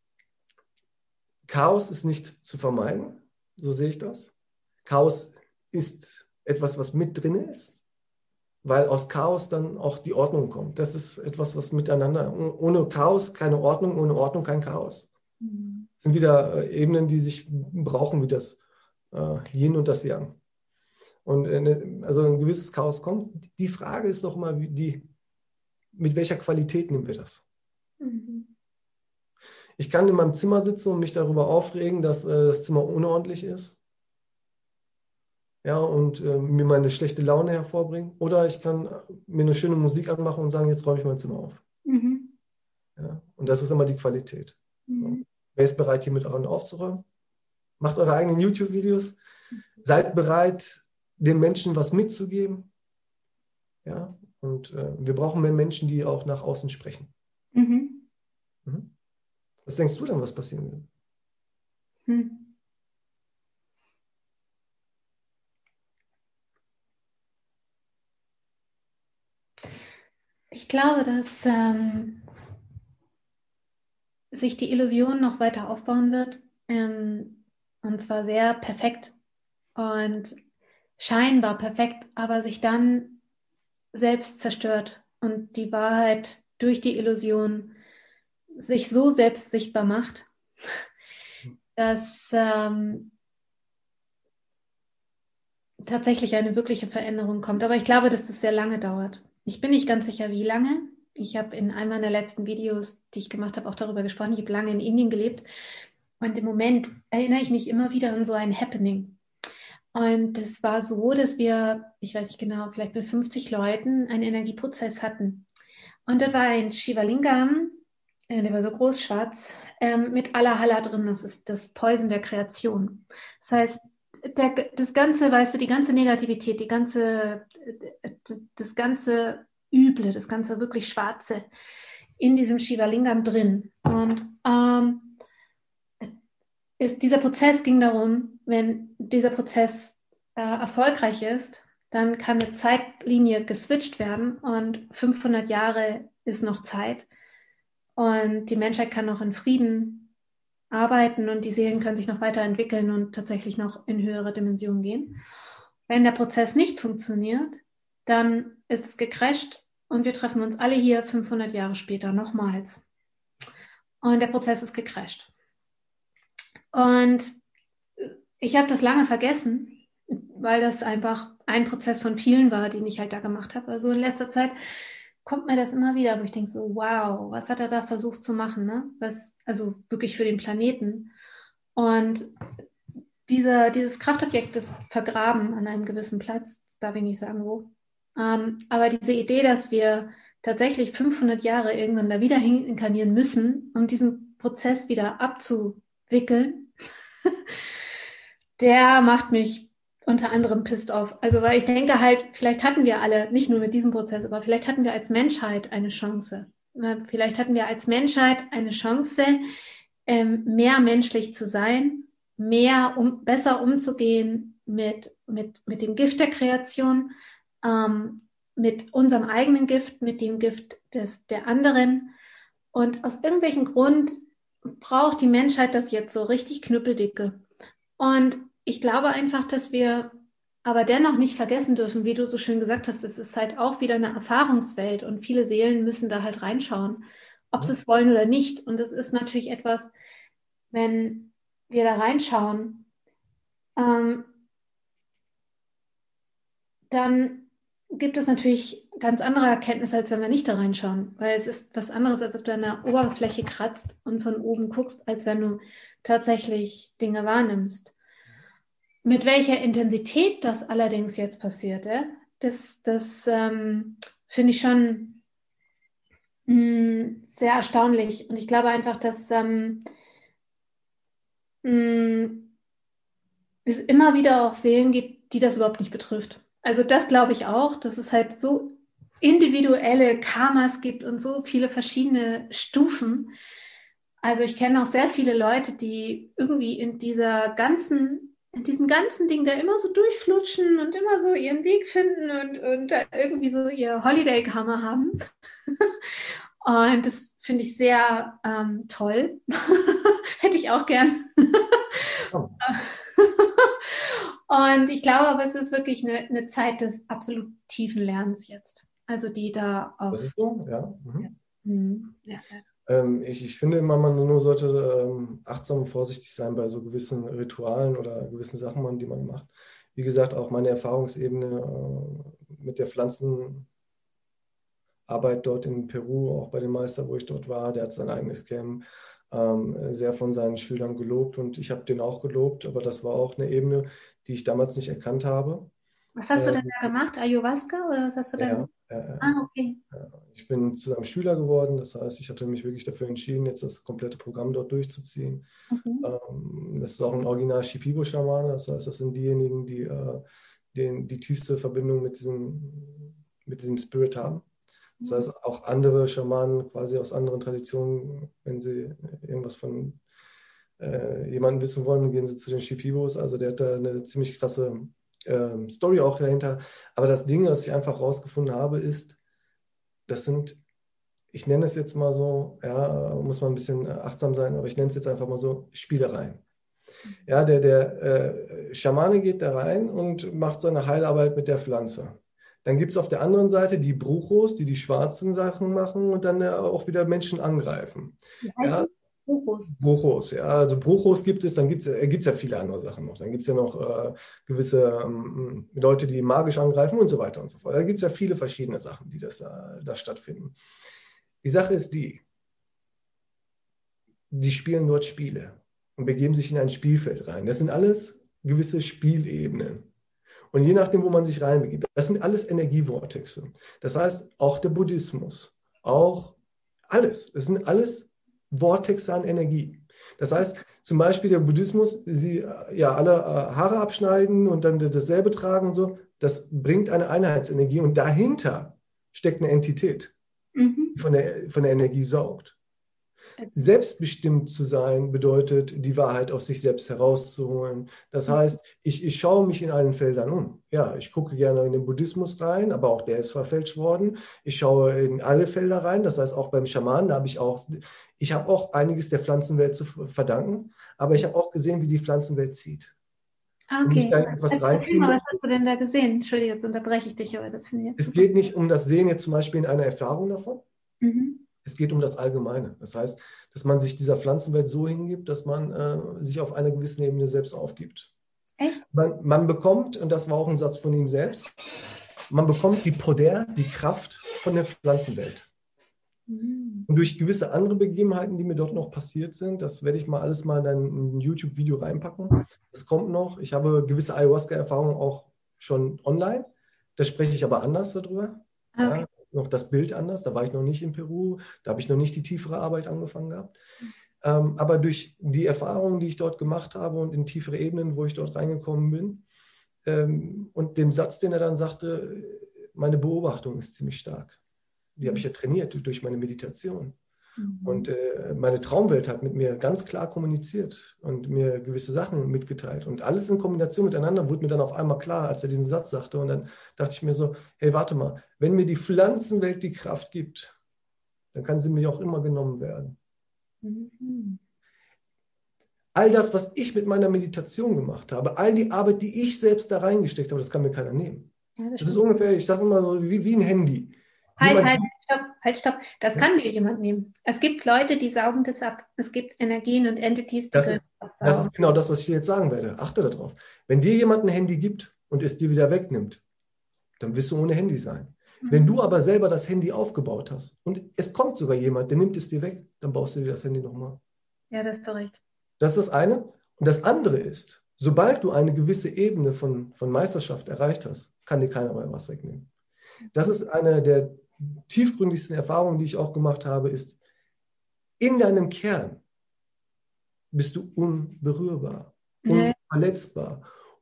Chaos ist nicht zu vermeiden, so sehe ich das. Chaos ist etwas, was mit drin ist, weil aus Chaos dann auch die Ordnung kommt. Das ist etwas, was miteinander, ohne Chaos keine Ordnung, ohne Ordnung kein Chaos. Mhm. Das sind wieder Ebenen, die sich brauchen, wie das Yin und das Yang. Und also ein gewisses Chaos kommt. Die Frage ist doch mal, mit welcher Qualität nehmen wir das? Mhm. Ich kann in meinem Zimmer sitzen und mich darüber aufregen, dass das Zimmer unordentlich ist. Ja, und mir meine schlechte Laune hervorbringen. Oder ich kann mir eine schöne Musik anmachen und sagen, jetzt räume ich mein Zimmer auf. Mhm. Ja, und das ist immer die Qualität. So. Mhm. Wer ist bereit, hier mit euren aufzuräumen? Macht eure eigenen YouTube-Videos. Seid bereit, den Menschen was mitzugeben. Ja, und wir brauchen mehr Menschen, die auch nach außen sprechen. Mhm. Mhm. Was denkst du denn, was passieren wird? Mhm. Ich glaube, dass sich die Illusion noch weiter aufbauen wird, und zwar sehr perfekt und scheinbar perfekt, aber sich dann selbst zerstört und die Wahrheit durch die Illusion sich so selbst sichtbar macht, dass tatsächlich eine wirkliche Veränderung kommt. Aber ich glaube, dass das sehr lange dauert. Ich bin nicht ganz sicher, wie lange. Ich habe in einem meiner letzten Videos, die ich gemacht habe, auch darüber gesprochen. Ich habe lange in Indien gelebt. Und im Moment erinnere ich mich immer wieder an so ein Happening. Und es war so, dass wir, ich weiß nicht genau, vielleicht mit 50 Leuten einen Energieprozess hatten. Und da war ein Shivalingam, der war so groß, schwarz, mit Alahala drin. Das ist das Poison der Kreation. Das heißt, das ganze, weißt du, die ganze Negativität, das ganze Üble, das ganze wirklich Schwarze in diesem Shivalingam drin. Und dieser Prozess ging darum, wenn dieser Prozess erfolgreich ist, dann kann eine Zeitlinie geswitcht werden und 500 Jahre ist noch Zeit und die Menschheit kann noch in Frieden arbeiten und die Seelen können sich noch weiterentwickeln und tatsächlich noch in höhere Dimensionen gehen. Wenn der Prozess nicht funktioniert, dann ist es gecrasht und wir treffen uns alle hier 500 Jahre später nochmals. Und der Prozess ist gecrasht. Und ich habe das lange vergessen, weil das einfach ein Prozess von vielen war, den ich halt da gemacht habe. Also in letzter Zeit kommt mir das immer wieder, wo ich denke so, wow, was hat er da versucht zu machen, ne? Also wirklich für den Planeten. Und dieses Kraftobjekt ist vergraben an einem gewissen Platz, das darf ich nicht sagen wo. Aber diese Idee, dass wir tatsächlich 500 Jahre irgendwann da wieder inkarnieren müssen, um diesen Prozess wieder abzuwickeln, der macht mich unter anderem pissed off. Also weil ich denke halt, vielleicht hatten wir alle, nicht nur mit diesem Prozess, aber vielleicht hatten wir als Menschheit eine Chance. Vielleicht hatten wir als Menschheit eine Chance, mehr menschlich zu sein, besser umzugehen mit dem Gift der Kreation, mit unserem eigenen Gift, mit dem Gift der anderen. Und aus irgendwelchem Grund braucht die Menschheit das jetzt so richtig knüppeldicke. Und ich glaube einfach, dass wir aber dennoch nicht vergessen dürfen, wie du so schön gesagt hast, es ist halt auch wieder eine Erfahrungswelt und viele Seelen müssen da halt reinschauen, ob sie es wollen oder nicht. Und das ist natürlich etwas, wenn wir da reinschauen, dann gibt es natürlich ganz andere Erkenntnisse, als wenn wir nicht da reinschauen. Weil es ist was anderes, als ob du an der Oberfläche kratzt und von oben guckst, als wenn du tatsächlich Dinge wahrnimmst. Mit welcher Intensität das allerdings jetzt passiert, das finde ich schon sehr erstaunlich. Und ich glaube einfach, dass es immer wieder auch Seelen gibt, die das überhaupt nicht betrifft. Also das glaube ich auch, dass es halt so individuelle Karmas gibt und so viele verschiedene Stufen. Also ich kenne auch sehr viele Leute, die irgendwie in diesem ganzen Ding da immer so durchflutschen und immer so ihren Weg finden und da irgendwie so ihr Holiday-Karma haben. Und das finde ich sehr toll. Hätte ich auch gern. Oh. Und ich glaube aber, es ist wirklich eine Zeit des absolut tiefen Lernens jetzt. Also die da auf... Das ist so, ja. Ja. Ich finde immer, man nur sollte achtsam und vorsichtig sein bei so gewissen Ritualen oder gewissen Sachen, die man macht. Wie gesagt, auch meine Erfahrungsebene mit der Pflanzenarbeit dort in Peru, auch bei dem Meister, wo ich dort war, der hat sein eigenes Camp sehr von seinen Schülern gelobt und ich habe den auch gelobt, aber das war auch eine Ebene, die ich damals nicht erkannt habe. Was hast du denn da gemacht? Ayahuasca oder was hast du denn? Okay. Ich bin zu einem Schüler geworden, das heißt, ich hatte mich wirklich dafür entschieden, jetzt das komplette Programm dort durchzuziehen. Das ist auch ein Original Shipibo-Schamane, das heißt, das sind diejenigen, die die tiefste Verbindung mit diesem Spirit haben. Das heißt, auch andere Schamanen quasi aus anderen Traditionen, wenn sie irgendwas von jemandem wissen wollen, gehen sie zu den Shipibos. Also der hat da eine ziemlich krasse Story auch dahinter. Aber das Ding, was ich einfach rausgefunden habe, ist, das sind, ich nenne es jetzt mal so, ja, muss man ein bisschen achtsam sein, aber ich nenne es jetzt einfach mal so Spielereien. Ja, der Schamane geht da rein und macht seine Heilarbeit mit der Pflanze. Dann gibt es auf der anderen Seite die Bruchos, die die schwarzen Sachen machen und dann auch wieder Menschen angreifen. Wie Ja, heißen Buchos? Bruchos, ja, also Bruchos gibt es, dann gibt's ja viele andere Sachen noch. Dann gibt es ja noch gewisse Leute, die magisch angreifen und so weiter und so fort. Da gibt es ja viele verschiedene Sachen, die da stattfinden. Die Sache ist die spielen dort Spiele und begeben sich in ein Spielfeld rein. Das sind alles gewisse Spielebenen. Und je nachdem, wo man sich reinbegibt, das sind alles Energievortexe. Das heißt, auch der Buddhismus, auch alles. Das sind alles Vortexe an Energie. Das heißt, zum Beispiel der Buddhismus, sie ja alle Haare abschneiden und dann dasselbe tragen und so, das bringt eine Einheitsenergie und dahinter steckt eine Entität, die von der Energie saugt. Selbstbestimmt zu sein bedeutet, die Wahrheit aus sich selbst herauszuholen. Das heißt, ich schaue mich in allen Feldern um. Ja, ich gucke gerne in den Buddhismus rein, aber auch der ist verfälscht worden. Ich schaue in alle Felder rein, das heißt auch beim Schamanen, da habe ich habe auch einiges der Pflanzenwelt zu verdanken, aber ich habe auch gesehen, wie die Pflanzenwelt zieht. Und ich Okay. da etwas reinziehen Was möchte. hast du denn da gesehen? Entschuldige, jetzt unterbreche ich dich, aber das finde ich jetzt Es super. geht nicht um das Sehen jetzt zum Beispiel in einer Erfahrung davon. Mhm. Es geht um das Allgemeine. Das heißt, dass man sich dieser Pflanzenwelt so hingibt, dass man sich auf einer gewissen Ebene selbst aufgibt. Echt? Man bekommt, und das war auch ein Satz von ihm selbst, man bekommt die Poder, die Kraft von der Pflanzenwelt. Mhm. Und durch gewisse andere Begebenheiten, die mir dort noch passiert sind, das werde ich mal alles mal in ein YouTube-Video reinpacken. Das kommt noch. Ich habe gewisse Ayahuasca-Erfahrungen auch schon online. Da spreche ich aber anders darüber. Okay. Ja, noch das Bild anders. Da war ich noch nicht in Peru. Da habe ich noch nicht die tiefere Arbeit angefangen gehabt. Aber durch die Erfahrungen, die ich dort gemacht habe und in tiefere Ebenen, wo ich dort reingekommen bin, und dem Satz, den er dann sagte, meine Beobachtung ist ziemlich stark. Die habe ich ja trainiert durch meine Meditation. Und meine Traumwelt hat mit mir ganz klar kommuniziert und mir gewisse Sachen mitgeteilt. Und alles in Kombination miteinander wurde mir dann auf einmal klar, als er diesen Satz sagte. Und dann dachte ich mir so, hey, warte mal, wenn mir die Pflanzenwelt die Kraft gibt, dann kann sie mir auch immer genommen werden. Mhm. All das, was ich mit meiner Meditation gemacht habe, all die Arbeit, die ich selbst da reingesteckt habe, das kann mir keiner nehmen. Ja, das Das ist stimmt. ungefähr, ich sage immer so, wie ein Handy. Halt, stopp. Das kann dir jemand nehmen. Es gibt Leute, die saugen das ab. Es gibt Energien und Entities, die können das Das absaugen. ist genau das, was ich dir jetzt sagen werde. Achte darauf. Wenn dir jemand ein Handy gibt und es dir wieder wegnimmt, dann wirst du ohne Handy sein. Wenn du aber selber das Handy aufgebaut hast und es kommt sogar jemand, der nimmt es dir weg, dann baust du dir das Handy nochmal. Ja, das ist doch recht. Das ist das eine. Und das andere ist, sobald du eine gewisse Ebene von Meisterschaft erreicht hast, kann dir keiner mehr was wegnehmen. Das ist eine der tiefgründigsten Erfahrungen, die ich auch gemacht habe, ist, in deinem Kern bist du unberührbar, unverletzbar,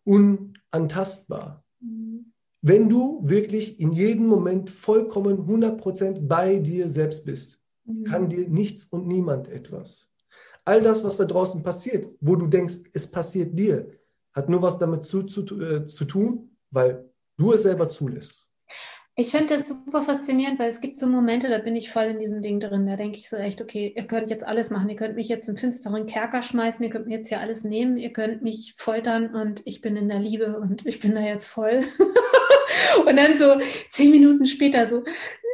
unantastbar. Wenn du wirklich in jedem Moment vollkommen 100% bei dir selbst bist, kann dir nichts und niemand etwas. All das, was da draußen passiert, wo du denkst, es passiert dir, hat nur was damit zu tun, weil du es selber zulässt. Ich finde das super faszinierend, weil es gibt so Momente, da bin ich voll in diesem Ding drin. Da denke ich so echt, okay, ihr könnt jetzt alles machen. Ihr könnt mich jetzt im finsteren Kerker schmeißen, ihr könnt mir jetzt hier alles nehmen, ihr könnt mich foltern und ich bin in der Liebe und ich bin da jetzt voll. Und dann so 10 Minuten später so,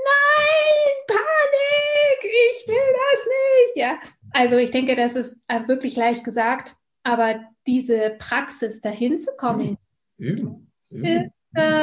nein, Panik, ich will das nicht. Ja, also ich denke, das ist wirklich leicht gesagt, aber diese Praxis dahin zu kommen, Üben. ist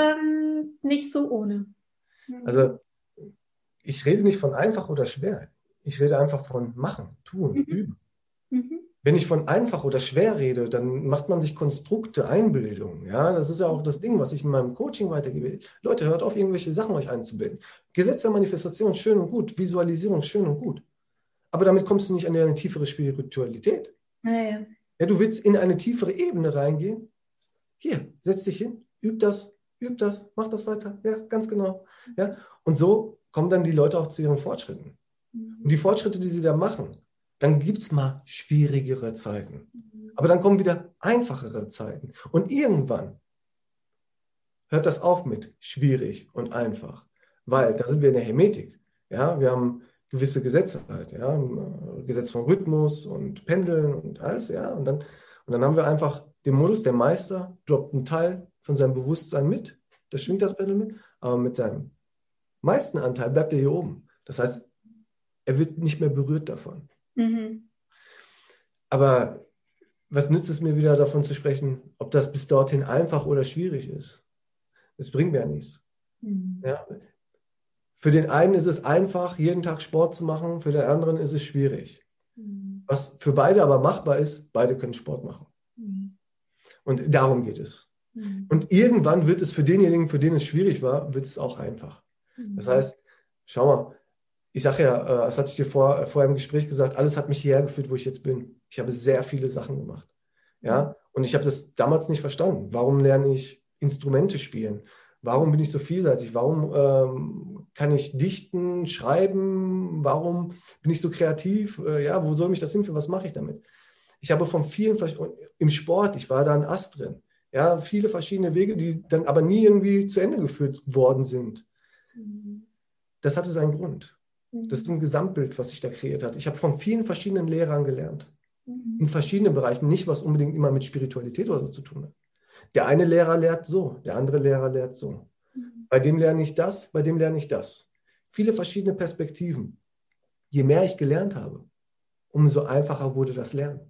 nicht so ohne. Also ich rede nicht von einfach oder schwer. Ich rede einfach von machen, tun, üben. Wenn ich von einfach oder schwer rede, dann macht man sich Konstrukte, Einbildungen. Ja, das ist ja auch das Ding, was ich in meinem Coaching weitergebe. Leute, hört auf, irgendwelche Sachen euch einzubilden. Gesetz der Manifestation, schön und gut. Visualisierung, schön und gut. Aber damit kommst du nicht an eine tiefere Spiritualität. Ja. Ja, du willst in eine tiefere Ebene reingehen. Hier, setz dich hin, üb das, mach das weiter. Ja, ganz genau. Ja, und so kommen dann die Leute auch zu ihren Fortschritten. Und die Fortschritte, die sie da machen, dann gibt es mal schwierigere Zeiten. Aber dann kommen wieder einfachere Zeiten. Und irgendwann hört das auf mit schwierig und einfach. Weil da sind wir in der Hermetik. Ja, wir haben gewisse Gesetze halt. Ja, ein Gesetz von Rhythmus und Pendeln und alles. Ja, und dann haben wir einfach den Modus, der Meister droppt einen Teil von seinem Bewusstsein mit da schwingt das Pendel mit, aber mit seinem meisten Anteil bleibt er hier oben. Das heißt, er wird nicht mehr berührt davon. Mhm. Aber was nützt es mir wieder davon zu sprechen, ob das bis dorthin einfach oder schwierig ist? Es bringt mir ja nichts. Mhm. Ja? Für den einen ist es einfach, jeden Tag Sport zu machen, für den anderen ist es schwierig. Mhm. Was für beide aber machbar ist, beide können Sport machen. Mhm. Und darum geht es. Mhm. Und irgendwann wird es für denjenigen, für den es schwierig war, wird es auch einfach. Das heißt, schau mal, ich sage ja, das hatte ich dir vorher im Gespräch gesagt, alles hat mich hierher geführt, wo ich jetzt bin. Ich habe sehr viele Sachen gemacht. Ja? Und ich habe das damals nicht verstanden. Warum lerne ich Instrumente spielen? Warum bin ich so vielseitig? Warum kann ich dichten, schreiben? Warum bin ich so kreativ? Ja, wo soll mich das hinführen? Was mache ich damit? Ich habe von vielen, im Sport, ich war da ein Ast drin. Ja, viele verschiedene Wege, die dann aber nie irgendwie zu Ende geführt worden sind. Das hatte seinen Grund. Das ist ein Gesamtbild, was sich da kreiert hat. Ich habe von vielen verschiedenen Lehrern gelernt. In verschiedenen Bereichen, nicht was unbedingt immer mit Spiritualität oder so zu tun hat. Der eine Lehrer lehrt so, der andere Lehrer lehrt so. Bei dem lerne ich das, bei dem lerne ich das. Viele verschiedene Perspektiven. Je mehr ich gelernt habe, umso einfacher wurde das Lernen.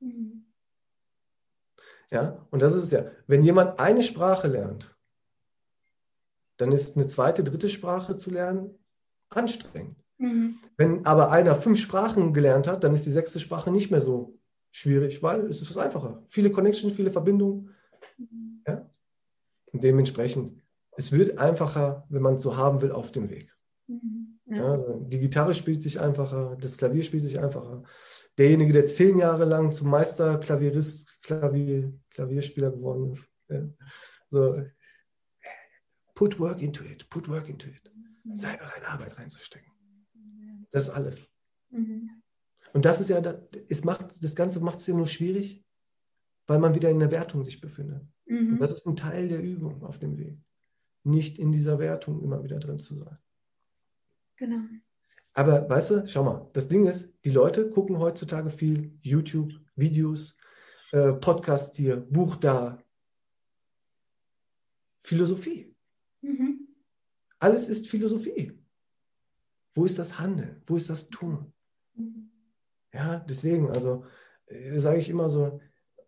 Ja, und das ist es ja. Wenn jemand eine Sprache lernt, dann ist eine zweite, dritte Sprache zu lernen anstrengend. Wenn aber einer 5 Sprachen gelernt hat, dann ist die 6. Sprache nicht mehr so schwierig, weil es ist was einfacher. Viele Connections, viele Verbindungen. Ja? Und dementsprechend, es wird einfacher, wenn man es so haben will, auf dem Weg. Ja, also die Gitarre spielt sich einfacher, das Klavier spielt sich einfacher. Derjenige, der 10 Jahre lang zum Meisterklavierist, Klavierspieler geworden ist. Ja. So, put work into it, put work into it. Sei bereit, Arbeit reinzustecken. Das ist alles. Und das ist ja, das Ganze macht es ja nur schwierig, weil man wieder in der Wertung sich befindet. Und das ist ein Teil der Übung auf dem Weg. Nicht in dieser Wertung immer wieder drin zu sein. Genau. Aber weißt du, schau mal, das Ding ist, die Leute gucken heutzutage viel YouTube, Videos, Podcast hier, Buch da. Philosophie. Alles ist Philosophie. Wo ist das Handeln? Wo ist das Tun? Ja, deswegen, also sage ich immer so,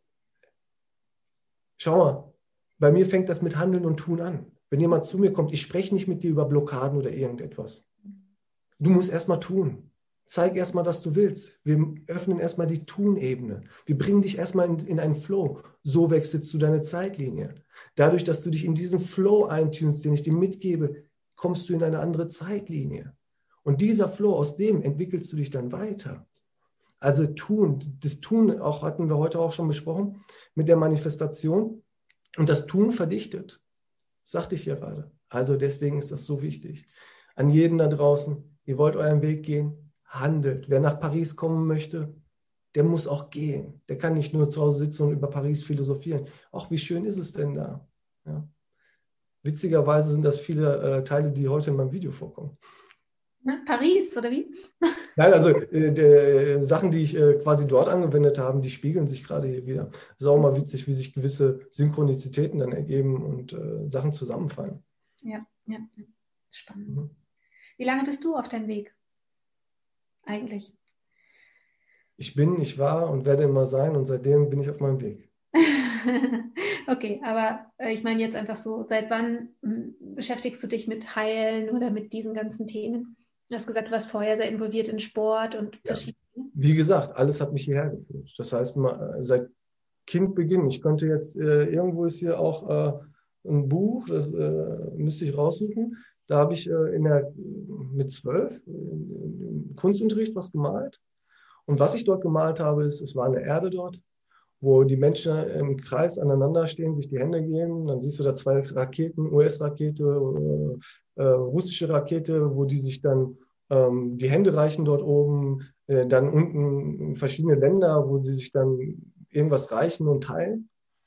schau mal, bei mir fängt das mit Handeln und Tun an. Wenn jemand zu mir kommt, ich spreche nicht mit dir über Blockaden oder irgendetwas. Du musst erstmal tun. Zeig erstmal, dass du willst. Wir öffnen erstmal die Tun-Ebene. Wir bringen dich erstmal in einen Flow. So wechselst du deine Zeitlinie. Dadurch, dass du dich in diesen Flow eintunst, den ich dir mitgebe, kommst du in eine andere Zeitlinie. Und dieser Flow, aus dem entwickelst du dich dann weiter. Also tun, das Tun auch, hatten wir heute auch schon besprochen, mit der Manifestation. Und das Tun verdichtet. Das sagte ich ja gerade. Also deswegen ist das so wichtig. An jeden da draußen, ihr wollt euren Weg gehen, handelt. Wer nach Paris kommen möchte, der muss auch gehen. Der kann nicht nur zu Hause sitzen und über Paris philosophieren. Ach, wie schön ist es denn da? Ja. Witzigerweise sind das viele Teile, die heute in meinem Video vorkommen. Paris, oder wie? Nein, also Sachen, die ich quasi dort angewendet habe, die spiegeln sich gerade hier wieder. Es ist auch mal witzig, wie sich gewisse Synchronizitäten dann ergeben und Sachen zusammenfallen. Ja, spannend. Wie lange bist du auf deinem Weg eigentlich? Ich bin, ich war und werde immer sein und seitdem bin ich auf meinem Weg. Okay, aber ich meine jetzt einfach so, seit wann beschäftigst du dich mit Heilen oder mit diesen ganzen Themen? Du hast gesagt, du warst vorher sehr involviert in Sport und verschiedene. Wie gesagt, alles hat mich hierher geführt. Das heißt, seit Kindbeginn, ich könnte jetzt, irgendwo ist hier auch ein Buch, das müsste ich raussuchen. Da habe ich mit 12 im Kunstunterricht was gemalt. Und was ich dort gemalt habe, es war eine Erde dort, wo die Menschen im Kreis aneinander stehen, sich die Hände geben. Dann siehst du da 2 Raketen, US-Rakete, russische Rakete, wo die sich dann die Hände reichen dort oben. Dann unten verschiedene Länder, wo sie sich dann irgendwas reichen und teilen.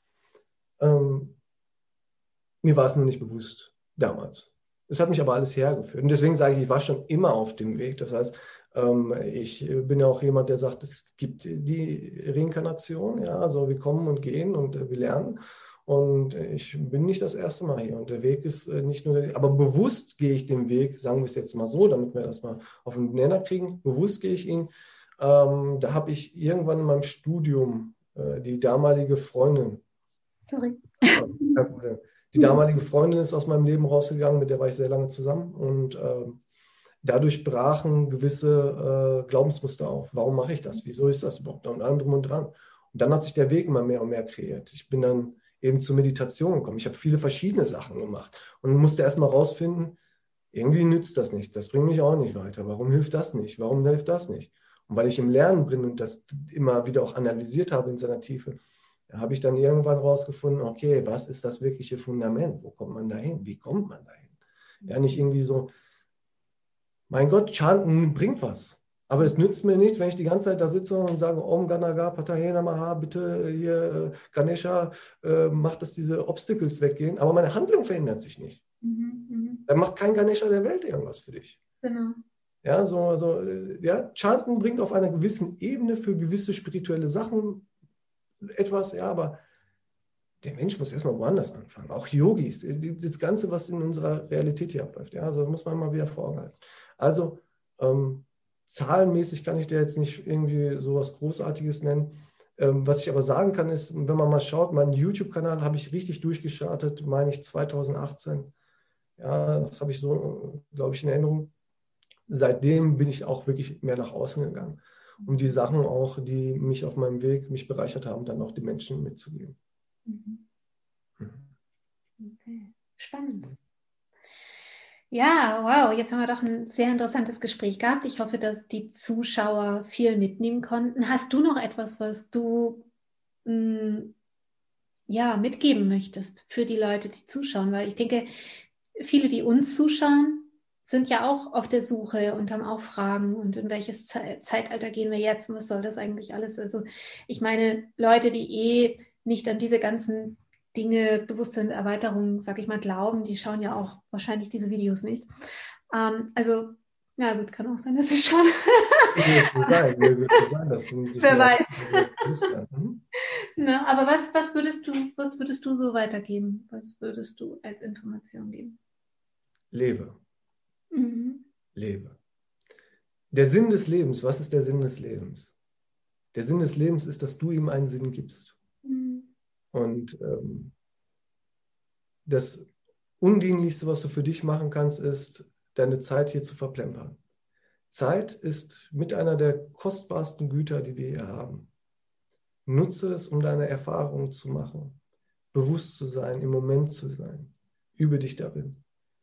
Mir war es nur nicht bewusst damals. Es hat mich aber alles hergeführt. Und deswegen sage ich war schon immer auf dem Weg. Das heißt, ich bin ja auch jemand, der sagt, es gibt die Reinkarnation. Ja, also wir kommen und gehen und wir lernen. Und ich bin nicht das erste Mal hier. Und der Weg ist nicht nur aber bewusst gehe ich den Weg, sagen wir es jetzt mal so, damit wir das mal auf den Nenner kriegen, bewusst gehe ich ihn. Da habe ich irgendwann in meinem Studium die damalige Freundin, Sorry. kein Problem. Die damalige Freundin ist aus meinem Leben rausgegangen, mit der war ich sehr lange zusammen. Und dadurch brachen gewisse Glaubensmuster auf. Warum mache ich das? Wieso ist das überhaupt? Und allem drum und dran. Und dann hat sich der Weg immer mehr und mehr kreiert. Ich bin dann eben zur Meditation gekommen. Ich habe viele verschiedene Sachen gemacht und musste erst mal rausfinden, irgendwie nützt das nicht. Das bringt mich auch nicht weiter. Warum hilft das nicht? Warum hilft das nicht? Und weil ich im Lernen bin und das immer wieder auch analysiert habe in seiner Tiefe, habe ich dann irgendwann rausgefunden, okay, was ist das wirkliche Fundament? Wo kommt man dahin? Wie kommt man dahin? Ja, nicht irgendwie so, mein Gott, Chanten bringt was. Aber es nützt mir nichts, wenn ich die ganze Zeit da sitze und sage, Om Ganaga Pataye Namaha, bitte hier, Ganesha, mach, dass diese Obstacles weggehen. Aber meine Handlung verändert sich nicht. Da macht kein Ganesha der Welt irgendwas für dich. Genau. Ja, ja, Chanten bringt auf einer gewissen Ebene für gewisse spirituelle Sachen etwas, ja, aber der Mensch muss erstmal woanders anfangen. Auch Yogis, das Ganze, was in unserer Realität hier abläuft, ja, also muss man mal wieder vor Augen halten. Also, zahlenmäßig kann ich dir jetzt nicht irgendwie sowas Großartiges nennen. Was ich aber sagen kann, ist, wenn man mal schaut, meinen YouTube-Kanal habe ich richtig durchgestartet, meine ich 2018. Ja, das habe ich so, glaube ich, in Erinnerung. Seitdem bin ich auch wirklich mehr nach außen gegangen, um die Sachen auch, die mich auf meinem Weg mich bereichert haben, dann auch den Menschen mitzugeben. Okay. Spannend. Ja, wow, jetzt haben wir doch ein sehr interessantes Gespräch gehabt. Ich hoffe, dass die Zuschauer viel mitnehmen konnten. Hast du noch etwas, was du ja, mitgeben möchtest für die Leute, die zuschauen? Weil ich denke, viele, die uns zuschauen, sind ja auch auf der Suche und haben auch Fragen. Und in welches Zeitalter gehen wir jetzt? Und was soll das eigentlich alles? Also ich meine, Leute, die nicht an diese ganzen Dinge, Bewusstseinserweiterung, sag ich mal, glauben, die schauen ja auch wahrscheinlich diese Videos nicht. Also, na gut, kann auch sein, dass sie schon. Mir wird so sein, dass sie sich Wer weiß. Mhm. Na, aber was würdest du so weitergeben? Was würdest du als Information geben? Lebe. Mhm. Lebe. Der Sinn des Lebens, was ist der Sinn des Lebens? Der Sinn des Lebens ist, dass du ihm einen Sinn gibst. Mhm. Und das Undienlichste, was du für dich machen kannst, ist, deine Zeit hier zu verplempern. Zeit ist mit einer der kostbarsten Güter, die wir hier haben. Nutze es, um deine Erfahrungen zu machen, bewusst zu sein, im Moment zu sein. Übe dich darin.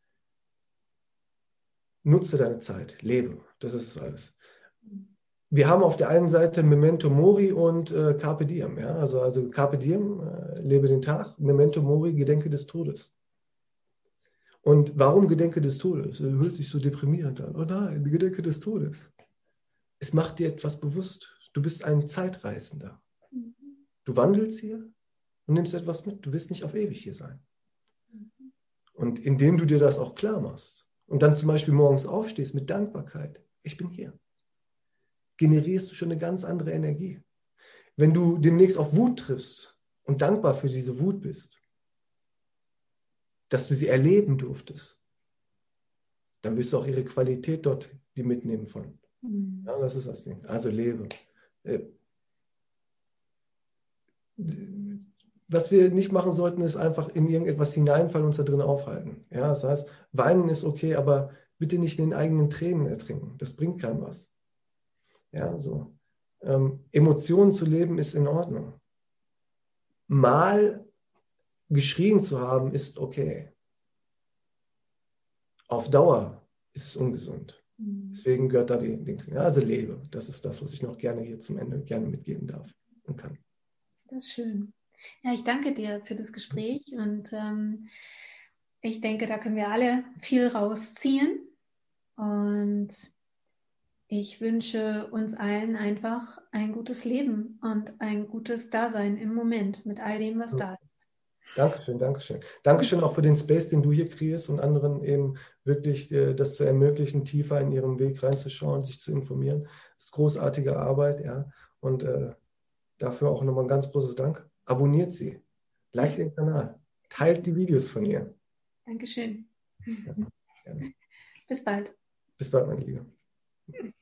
Nutze deine Zeit, lebe. Das ist es alles. Wir haben auf der einen Seite Memento Mori und Carpe Diem. Ja? Also Carpe Diem, lebe den Tag, Memento Mori, gedenke des Todes. Und warum gedenke des Todes? Das hört sich so deprimierend an. Oh nein, gedenke des Todes. Es macht dir etwas bewusst. Du bist ein Zeitreisender. Du wandelst hier und nimmst etwas mit. Du wirst nicht auf ewig hier sein. Und indem du dir das auch klar machst und dann zum Beispiel morgens aufstehst mit Dankbarkeit, ich bin hier, generierst du schon eine ganz andere Energie. Wenn du demnächst auf Wut triffst und dankbar für diese Wut bist, dass du sie erleben durftest, dann wirst du auch ihre Qualität dort die mitnehmen von. Ja, das ist das Ding. Also lebe. Was wir nicht machen sollten, ist einfach in irgendetwas hineinfallen und uns da drin aufhalten. Ja, das heißt, weinen ist okay, aber bitte nicht in den eigenen Tränen ertrinken. Das bringt keinem was. Ja, so. Emotionen zu leben ist in Ordnung. Mal geschrien zu haben, ist okay. Auf Dauer ist es ungesund. Deswegen gehört da die Dings. Ja, also lebe. Das ist das, was ich noch gerne hier zum Ende gerne mitgeben darf und kann. Das ist schön. Ja, ich danke dir für das Gespräch und ich denke, da können wir alle viel rausziehen und ich wünsche uns allen einfach ein gutes Leben und ein gutes Dasein im Moment mit all dem, was da ist. Dankeschön, Dankeschön. Dankeschön auch für den Space, den du hier kreierst und anderen eben wirklich das zu ermöglichen, tiefer in ihrem Weg reinzuschauen, sich zu informieren. Das ist großartige Arbeit, ja. Und dafür auch nochmal ein ganz großes Dank. Abonniert sie. Like den Kanal. Teilt die Videos von ihr. Dankeschön. Ja, gerne. Bis bald. Bis bald, meine Liebe.